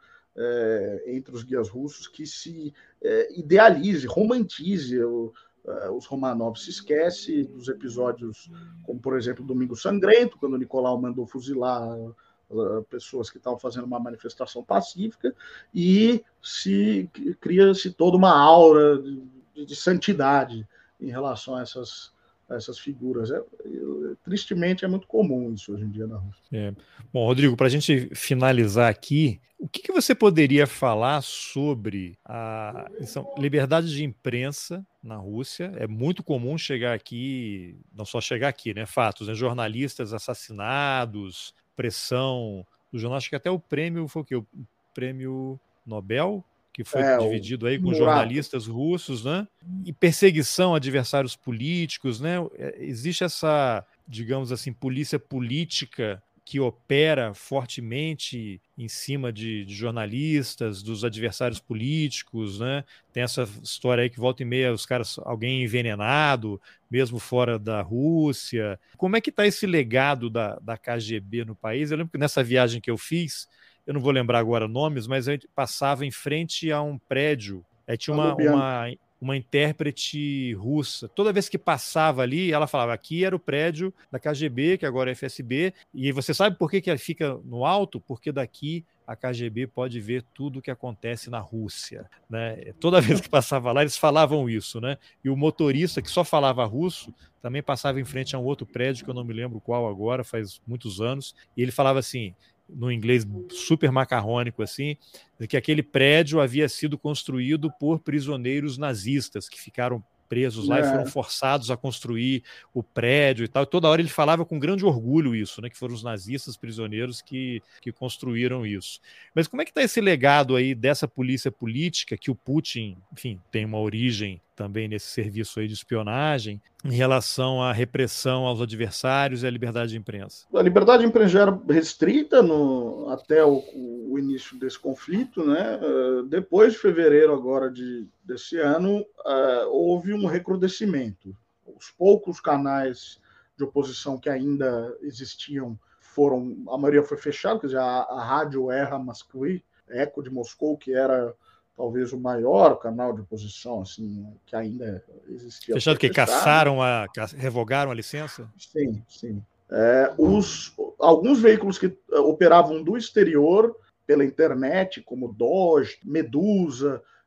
Speaker 2: é, entre os guias russos, que se é, idealize, romantize o, os Romanov, se esquece dos episódios como, por exemplo, Domingo Sangrento, quando o Nicolau mandou fuzilar pessoas que estavam fazendo uma manifestação pacífica, e se cria-se toda uma aura de, de santidade em relação a essas, a essas figuras. É, é, tristemente, é muito comum isso hoje em dia na Rússia.
Speaker 1: É. Bom, Rodrigo, para a gente finalizar aqui, o que, que você poderia falar sobre a liberdade de imprensa na Rússia? É muito comum chegar aqui, não só chegar aqui, né? Fatos, né? Jornalistas assassinados, pressão do jornal, acho que até o prêmio foi o quê? O prêmio Nobel, que foi é, dividido aí com Murat. Jornalistas russos, né? E perseguição a adversários políticos, né? Existe essa, digamos assim, polícia política que opera fortemente em cima de, de jornalistas, dos adversários políticos, né? Tem essa história aí que volta e meia os caras, alguém envenenado, mesmo fora da Rússia. Como é que está esse legado da, da K G B no país? Eu lembro que nessa viagem que eu fiz, eu não vou lembrar agora nomes, mas a gente passava em frente a um prédio, aí tinha uma, uma, uma intérprete russa. Toda vez que passava ali, ela falava, aqui era o prédio da K G B, que agora é F S B, e você sabe por que, que ela fica no alto? Porque daqui a K G B pode ver tudo o que acontece na Rússia, né? Toda vez que passava lá, eles falavam isso, né? E o motorista, que só falava russo, também passava em frente a um outro prédio, que eu não me lembro qual agora, faz muitos anos, e ele falava assim, no inglês super macarrônico assim, que aquele prédio havia sido construído por prisioneiros nazistas que ficaram presos lá é. e foram forçados a construir o prédio e tal. E toda hora ele falava com grande orgulho isso, né, que foram os nazistas prisioneiros que, que construíram isso. Mas como é que está esse legado aí dessa polícia política que o Putin, enfim, tem uma origem também nesse serviço aí de espionagem, em relação à repressão aos adversários e à liberdade de imprensa?
Speaker 2: A liberdade de imprensa já era restrita no, até o, o início desse conflito, né? Uh, depois de fevereiro agora de, desse ano, uh, houve um recrudescimento. Os poucos canais de oposição que ainda existiam foram, a maioria foi fechada, quer dizer, a, a rádio Erra Moskvy, Eco de Moscou, que era talvez o maior canal de oposição assim, que ainda existia.
Speaker 1: Fechado que caçaram, a, revogaram a licença?
Speaker 2: Sim, sim. É, os, alguns veículos que operavam do exterior, pela internet, como Doge, Medusa,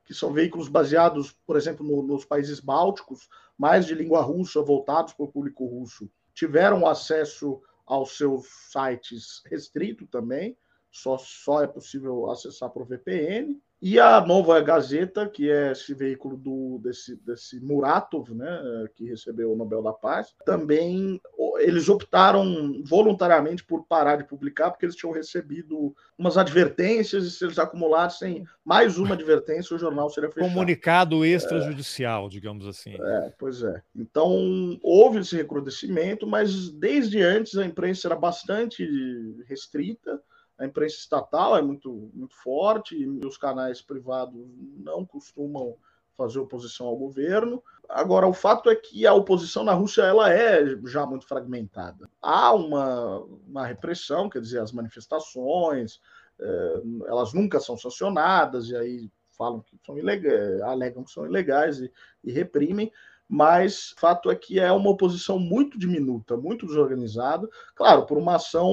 Speaker 2: que são veículos baseados, por exemplo, no, nos países bálticos, mais de língua russa, voltados para o público russo, tiveram acesso aos seus sites restrito também, só, só é possível acessar por V P N. E a Nova Gazeta, que é esse veículo do, desse, desse Muratov, né, que recebeu o Nobel da Paz, também eles optaram voluntariamente por parar de publicar, porque eles tinham recebido umas advertências, e se eles acumulassem mais uma advertência, o jornal seria fechado.
Speaker 1: Comunicado extrajudicial, é, digamos assim.
Speaker 2: É, pois é. Então, houve esse recrudescimento, mas desde antes a imprensa era bastante restrita. A imprensa estatal é muito, muito forte e os canais privados não costumam fazer oposição ao governo. Agora, o fato é que a oposição na Rússia ela é já muito fragmentada. Há uma, uma repressão, quer dizer, as manifestações, eh, elas nunca são sancionadas, e aí falam que são ilegais, alegam que são ilegais e, e reprimem, mas o fato é que é uma oposição muito diminuta, muito desorganizada, claro, por uma ação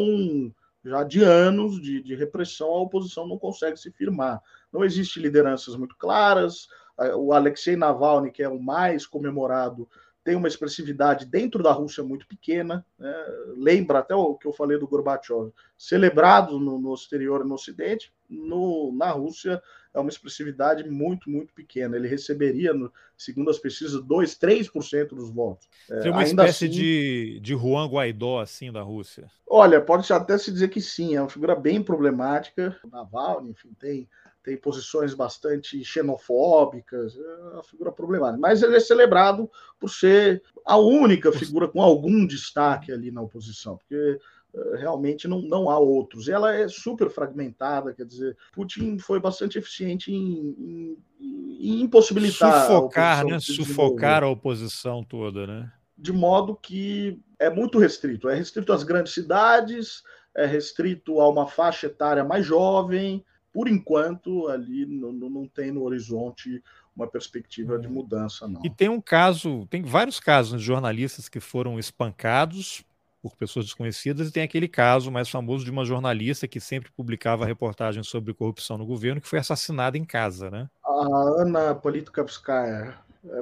Speaker 2: já de anos de, de repressão, a oposição não consegue se firmar. Não existem lideranças muito claras. O Alexei Navalny, que é o mais comemorado, tem uma expressividade dentro da Rússia muito pequena, né? Lembra até o que eu falei do Gorbachev, celebrado no, no exterior e no Ocidente, no, na Rússia é uma expressividade muito, muito pequena. Ele receberia, no, segundo as pesquisas, dois, três por cento dos votos.
Speaker 1: Tem uma
Speaker 2: Ainda
Speaker 1: espécie
Speaker 2: assim,
Speaker 1: de, de Juan Guaidó, assim, da Rússia.
Speaker 2: Olha, pode até se dizer que sim, é uma figura bem problemática. O Navalny, enfim, tem, tem posições bastante xenofóbicas, é uma figura problemática. Mas ele é celebrado por ser a única figura com algum destaque ali na oposição, porque realmente não, não há outros. Ela é super fragmentada, quer dizer, Putin foi bastante eficiente em, em, em impossibilitar
Speaker 1: sufocar,
Speaker 2: a
Speaker 1: né? Sufocar a oposição toda, né?
Speaker 2: De modo que é muito restrito. É restrito às grandes cidades, é restrito a uma faixa etária mais jovem. Por enquanto, ali não, não tem no horizonte uma perspectiva de mudança, não.
Speaker 1: E tem um caso, tem vários casos de jornalistas que foram espancados por pessoas desconhecidas, e tem aquele caso mais famoso de uma jornalista que sempre publicava reportagens sobre corrupção no governo, que foi assassinada em casa, né?
Speaker 2: A Ana Politkovskaya,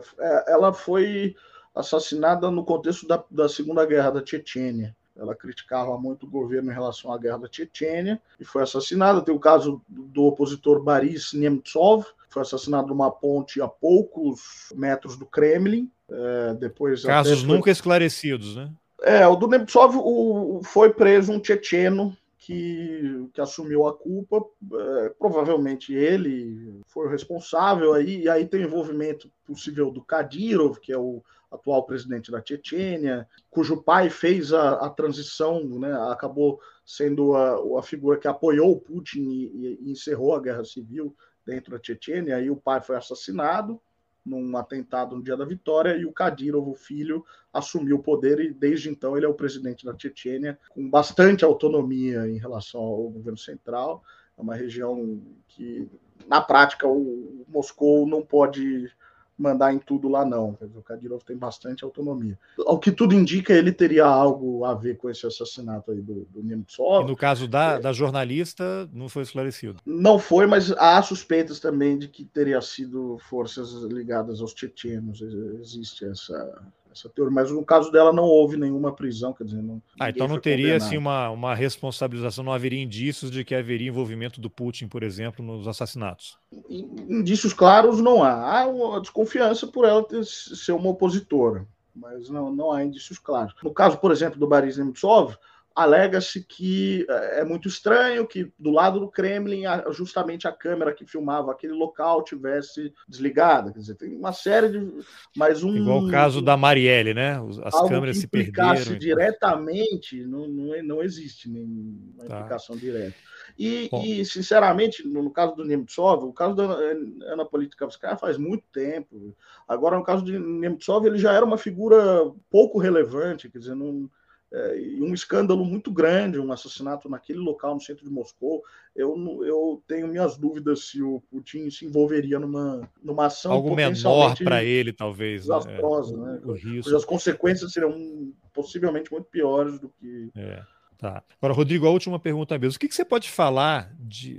Speaker 2: ela foi assassinada no contexto da, da Segunda Guerra da Chechênia. Ela criticava muito o governo em relação à guerra da Chechênia e foi assassinada. Tem o caso do opositor Boris Nemtsov, que foi assassinado numa ponte a poucos metros do Kremlin. É, depois
Speaker 1: Casos
Speaker 2: foi...
Speaker 1: nunca esclarecidos, né?
Speaker 2: É, o do Nemtsov o, foi preso um checheno que, que assumiu a culpa, é, provavelmente ele foi o responsável, aí, e aí tem o envolvimento possível do Kadyrov, que é o atual presidente da Chechênia, cujo pai fez a, a transição, né, acabou sendo a, a figura que apoiou o Putin e, e encerrou a guerra civil dentro da Chechênia, aí o pai foi assassinado num atentado no dia da vitória, e o Kadyrov, o filho, assumiu o poder, e desde então ele é o presidente da Chechênia, com bastante autonomia em relação ao governo central. É uma região que, na prática, o Moscou não pode mandar em tudo lá, não. Quer dizer, o Kadyrov tem bastante autonomia. Ao que tudo indica, ele teria algo a ver com esse assassinato aí do, do Nemtsov.
Speaker 1: E no caso da, é, da jornalista, não foi esclarecido.
Speaker 2: Não foi, mas há suspeitas também de que teria sido forças ligadas aos chechenos. Existe essa, essa teoria. Mas no caso dela não houve nenhuma prisão, quer dizer, não.
Speaker 1: Ah, então não teria assim, uma, uma responsabilização, não haveria indícios de que haveria envolvimento do Putin, por exemplo, nos assassinatos?
Speaker 2: Indícios claros não há. Há uma desconfiança por ela ter, ser uma opositora, mas não, não há indícios claros. No caso, por exemplo, do Boris Nemtsov, alega-se que é muito estranho que do lado do Kremlin justamente a câmera que filmava aquele local tivesse desligada. Quer dizer, tem uma série de... Mas um,
Speaker 1: Igual o caso da Marielle, né? As
Speaker 2: algo
Speaker 1: câmeras
Speaker 2: que
Speaker 1: se perderam.
Speaker 2: Diretamente, não, não, não existe nenhuma
Speaker 1: tá.
Speaker 2: implicação direta. E, e, sinceramente, no caso do Nemtsov, o caso da Ana Politkovskaya faz muito tempo. Agora, no caso de Nemtsov, ele já era uma figura pouco relevante, quer dizer, não... É, um escândalo muito grande, um assassinato naquele local no centro de Moscou. Eu, eu tenho minhas dúvidas se o Putin se envolveria numa, numa ação
Speaker 1: algo menor para ele, talvez,
Speaker 2: desastrosa,
Speaker 1: né?
Speaker 2: né?
Speaker 1: O, o risco.
Speaker 2: Cujas consequências seriam possivelmente muito piores do que...
Speaker 1: É, tá. Agora, Rodrigo, a última pergunta mesmo. O que, que você pode falar de...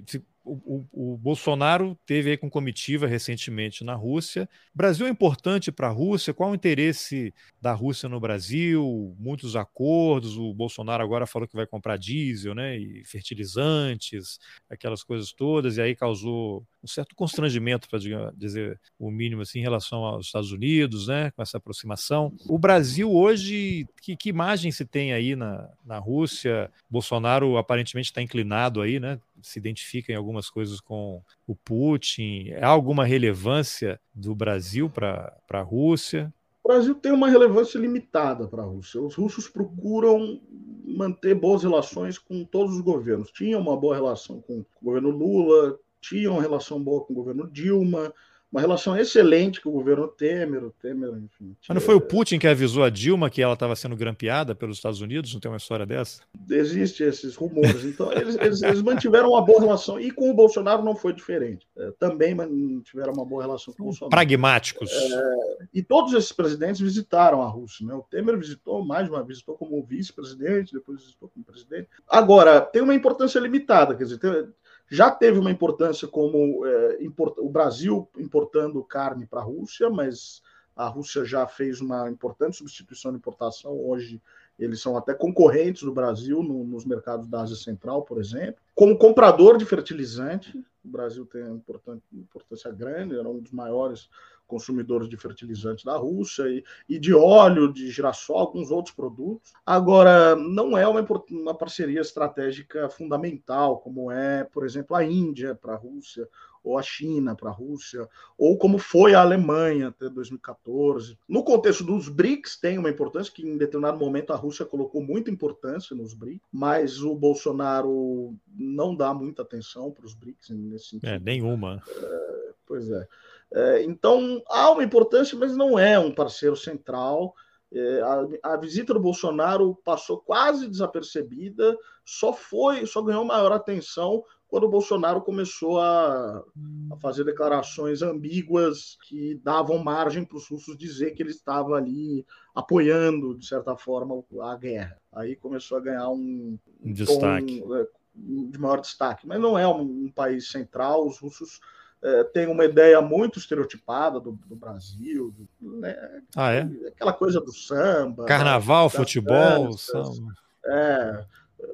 Speaker 1: o, o, o Bolsonaro teve aí com comitiva recentemente na Rússia. O Brasil é importante para a Rússia? Qual o interesse da Rússia no Brasil? Muitos acordos, o Bolsonaro agora falou que vai comprar diesel, né, e fertilizantes, aquelas coisas todas, e aí causou um certo constrangimento, para dizer o mínimo, assim, em relação aos Estados Unidos, né, com essa aproximação. O Brasil hoje, que, que imagem se tem aí na, na Rússia? Bolsonaro aparentemente está inclinado aí, né, se identifica em algumas coisas com o Putin. Há alguma relevância do Brasil para a Rússia?
Speaker 2: O Brasil tem uma relevância limitada para a Rússia. Os russos procuram manter boas relações com todos os governos. Tinham uma boa relação com o governo Lula, tinham uma relação boa com o governo Dilma, uma relação excelente com o governo Temer, o Temer, enfim.
Speaker 1: Mas não foi o Putin que avisou a Dilma que ela estava sendo grampeada pelos Estados Unidos? Não tem uma história dessa?
Speaker 2: Existem esses rumores. Então, eles, eles, eles mantiveram uma boa relação. E com o Bolsonaro não foi diferente. É, também mantiveram uma boa relação com o Bolsonaro.
Speaker 1: Pragmáticos.
Speaker 2: É, e todos esses presidentes visitaram a Rússia, né? O Temer visitou mais uma vez, visitou como vice-presidente, depois visitou como presidente. Agora, tem uma importância limitada, quer dizer, tem, já teve uma importância como é, import, o Brasil importando carne para a Rússia, mas a Rússia já fez uma importante substituição de importação. Hoje eles são até concorrentes do Brasil no, nos mercados da Ásia Central, por exemplo. Como comprador de fertilizante, o Brasil tem uma importância grande, era um dos maiores consumidores de fertilizantes da Rússia e, e de óleo, de girassol, alguns outros produtos. Agora, não é uma, uma parceria estratégica fundamental, como é, por exemplo, a Índia para a Rússia, ou a China para a Rússia, ou como foi a Alemanha até dois mil e quatorze. No contexto dos BRICS, tem uma importância, que em determinado momento a Rússia colocou muita importância nos BRICS, mas o Bolsonaro não dá muita atenção para os BRICS nesse sentido.
Speaker 1: É, nenhuma.
Speaker 2: É, pois é. é. Então, há uma importância, mas não é um parceiro central. É, a, a visita do Bolsonaro passou quase desapercebida, só foi, só ganhou maior atenção quando o Bolsonaro começou a, a fazer declarações ambíguas que davam margem para os russos dizer que ele estava ali apoiando, de certa forma, a guerra. Aí começou a ganhar um, um
Speaker 1: destaque.
Speaker 2: tom de maior destaque. Mas não é um, um país central, os russos é, têm uma ideia muito estereotipada do, do Brasil, do, né?
Speaker 1: Ah, é?
Speaker 2: Aquela coisa do samba.
Speaker 1: Carnaval,
Speaker 2: da,
Speaker 1: futebol,
Speaker 2: danças,
Speaker 1: samba.
Speaker 2: É...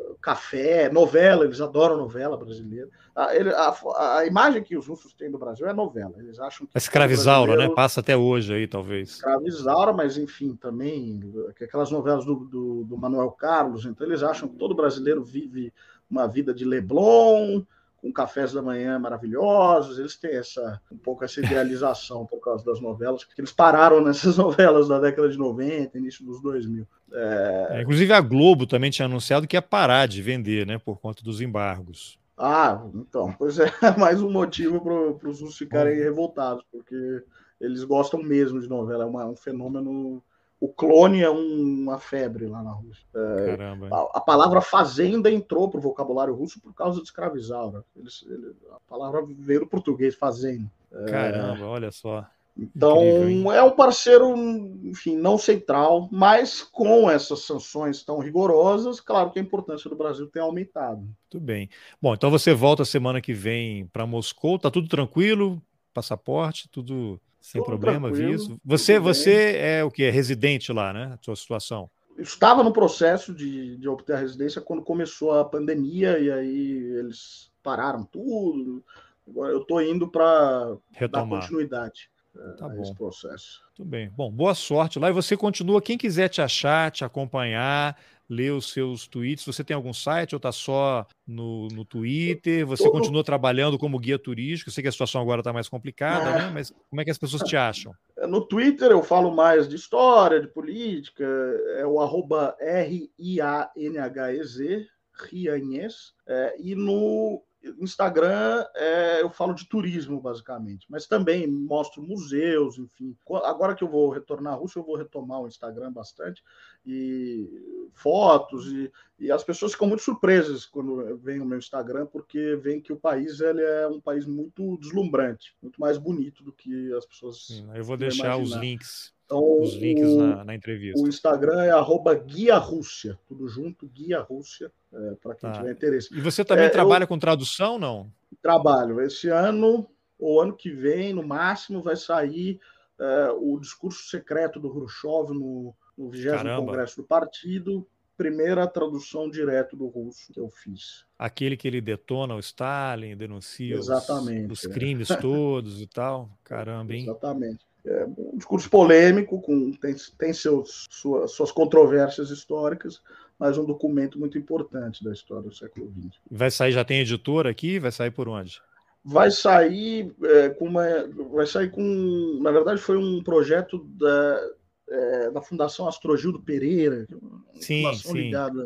Speaker 2: café, novela, eles adoram novela brasileira. A, ele, a, a imagem que os russos têm do Brasil é novela. Eles acham que.
Speaker 1: A escravizaura, né? Passa até hoje aí, talvez.
Speaker 2: Escravizaura, mas enfim, também aquelas novelas do, do, do Manuel Carlos. Então, eles acham que todo brasileiro vive uma vida de Leblon, com cafés da manhã maravilhosos. Eles têm essa, um pouco essa idealização por causa das novelas, porque eles pararam nessas novelas da década de noventa, início dos dois mil. É...
Speaker 1: É, inclusive a Globo também tinha anunciado que ia parar de vender, né, por conta dos embargos.
Speaker 2: Ah, então, pois é, mais um motivo para os russos ficarem revoltados, porque eles gostam mesmo de novela, é uma, um fenômeno. O clone é um, uma febre lá na Rússia. É,
Speaker 1: Caramba.
Speaker 2: A, a palavra fazenda entrou para o vocabulário russo por causa de escravizaura. Eles, ele, a palavra veio do português, fazenda.
Speaker 1: Caramba, é, olha só.
Speaker 2: Então, incrível, é um parceiro, enfim, não central, mas com essas sanções tão rigorosas, claro que a importância do Brasil tem aumentado.
Speaker 1: Tudo bem. Bom, então você volta semana que vem para Moscou, tá tudo tranquilo? Passaporte, tudo sem tudo problema, visto? Você, você é o que? É residente lá, né? A sua situação?
Speaker 2: Eu estava no processo de, de obter a residência quando começou a pandemia, e aí eles pararam tudo. Agora eu estou indo para dar continuidade.
Speaker 1: Tá
Speaker 2: a
Speaker 1: bom.
Speaker 2: Esse processo.
Speaker 1: Tudo bem. Bom, boa sorte lá. E você continua, quem quiser te achar, te acompanhar, ler os seus tweets, você tem algum site ou está só no, no Twitter? Você Todo... continua trabalhando como guia turístico? Eu sei que a situação agora está mais complicada, ah. né? Mas como é que as pessoas te acham?
Speaker 2: No Twitter eu falo mais de história, de política, é o arroba R I A N H E Z, Rianhes, é, e no Instagram, é, eu falo de turismo, basicamente, mas também mostro museus, enfim. Agora que eu vou retornar à Rússia, eu vou retomar o Instagram bastante, e fotos, e, e as pessoas ficam muito surpresas quando vem o meu Instagram, porque veem que o país ele é um país muito deslumbrante, muito mais bonito do que as pessoas.
Speaker 1: Sim, eu vou deixar imaginar. os links.
Speaker 2: Então,
Speaker 1: os links
Speaker 2: o,
Speaker 1: na, na entrevista.
Speaker 2: O Instagram é arroba Guia Rússia, tudo junto, Guia Rússia, é, para quem tá. tiver interesse.
Speaker 1: E você também
Speaker 2: é,
Speaker 1: trabalha
Speaker 2: eu,
Speaker 1: com tradução, não?
Speaker 2: trabalho. Esse ano, ou ano que vem, no máximo, vai sair uh, o discurso secreto do Khrushchev no, no vigésimo Congresso do Partido, primeira tradução direto do russo que eu fiz.
Speaker 1: Aquele que ele detona o Stalin, denuncia
Speaker 2: Exatamente,
Speaker 1: os, os
Speaker 2: é.
Speaker 1: crimes todos e tal. Caramba, hein?
Speaker 2: Exatamente. É um discurso polêmico, com, tem, tem seus, suas, suas controvérsias históricas, mas um documento muito importante da história do século vinte.
Speaker 1: Vai sair, já tem editora aqui? Vai sair por onde?
Speaker 2: Vai sair é, com uma. Vai sair com. Na verdade, foi um projeto da, é, da Fundação Astrogildo Pereira, uma
Speaker 1: sim,
Speaker 2: fundação
Speaker 1: sim.
Speaker 2: ligada.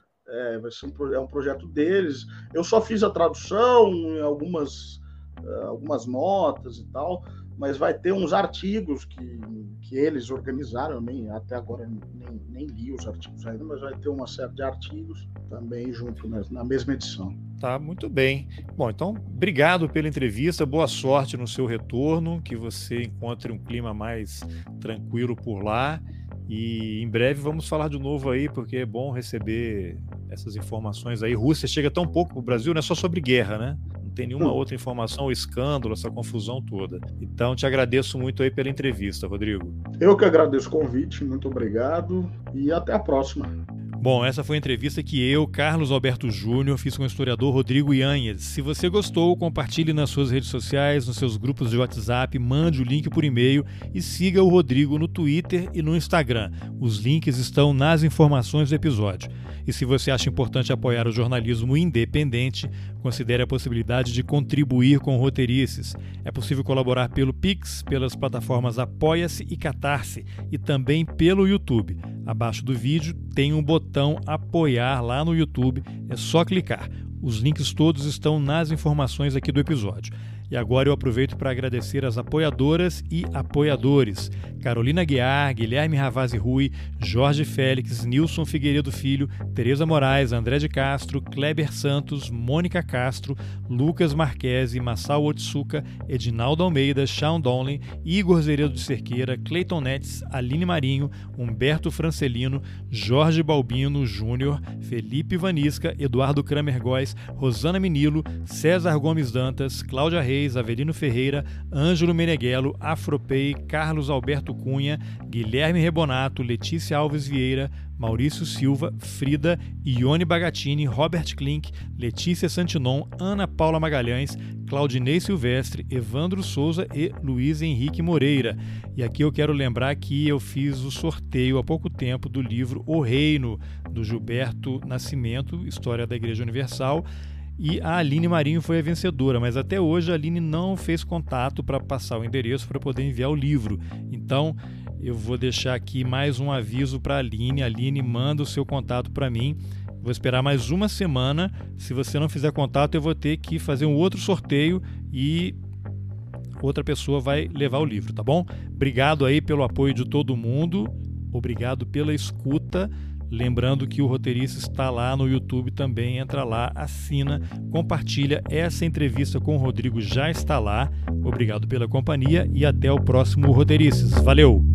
Speaker 2: É, vai ser um, é um projeto deles. Eu só fiz a tradução, algumas, algumas notas e tal, mas vai ter uns artigos que, que eles organizaram. Eu nem, até agora nem, nem li os artigos ainda, mas vai ter uma série de artigos também junto, né, na mesma edição.
Speaker 1: Tá, muito bem. Bom, então, obrigado pela entrevista, boa sorte no seu retorno, que você encontre um clima mais tranquilo por lá. E em breve vamos falar de novo aí, porque é bom receber essas informações aí. Rússia chega tão pouco para o Brasil, não é só sobre guerra, né? Não tem nenhuma outra informação, o escândalo, essa confusão toda. Então, te agradeço muito aí pela entrevista, Rodrigo.
Speaker 2: Eu que agradeço o convite, muito obrigado e até a próxima.
Speaker 1: Bom, essa foi a entrevista que eu, Carlos Alberto Júnior, fiz com o historiador Rodrigo Yanez. Se você gostou, compartilhe nas suas redes sociais, nos seus grupos de WhatsApp, mande o link por e-mail e siga o Rodrigo no Twitter e no Instagram. Os links estão nas informações do episódio. E se você acha importante apoiar o jornalismo independente, considere a possibilidade de contribuir com Roteirices. É possível colaborar pelo Pix, pelas plataformas Apoia-se e Catarse e também pelo YouTube. Abaixo do vídeo tem um botão Apoiar lá no YouTube, é só clicar. Os links todos estão nas informações aqui do episódio. E agora eu aproveito para agradecer as apoiadoras e apoiadores: Carolina Guiar, Guilherme Ravazzi Rui, Jorge Félix, Nilson Figueiredo Filho, Tereza Moraes, André de Castro, Kleber Santos, Mônica Castro, Lucas Marquesi, Massao Otsuka, Edinaldo Almeida, Sean Donlin, Igor Zeredo de Cerqueira, Cleiton Netes, Aline Marinho, Humberto Francelino, Jorge Balbino Júnior, Felipe Vanisca, Eduardo Kramer Góes, Rosana Minilo, César Gomes Dantas, Cláudia Reis, Avelino Ferreira, Ângelo Meneghello, Afropei, Carlos Alberto Cunha, Guilherme Rebonato, Letícia Alves Vieira, Maurício Silva, Frida, Ione Bagatini, Robert Klink, Letícia Santinon, Ana Paula Magalhães, Claudinei Silvestre, Evandro Souza e Luiz Henrique Moreira. E aqui eu quero lembrar que eu fiz o sorteio há pouco tempo do livro O Reino, do Gilberto Nascimento, História da Igreja Universal, e a Aline Marinho foi a vencedora, mas até hoje a Aline não fez contato para passar o endereço para poder enviar o livro. Então, eu vou deixar aqui mais um aviso para a Aline. Aline, manda o seu contato para mim. Vou esperar mais uma semana. Se você não fizer contato, eu vou ter que fazer um outro sorteio e outra pessoa vai levar o livro, tá bom? Obrigado aí pelo apoio de todo mundo. Obrigado pela escuta. Lembrando que o Roteirices está lá no YouTube também, entra lá, assina, compartilha. Essa entrevista com o Rodrigo já está lá. Obrigado pela companhia e até o próximo Roteirices. Valeu!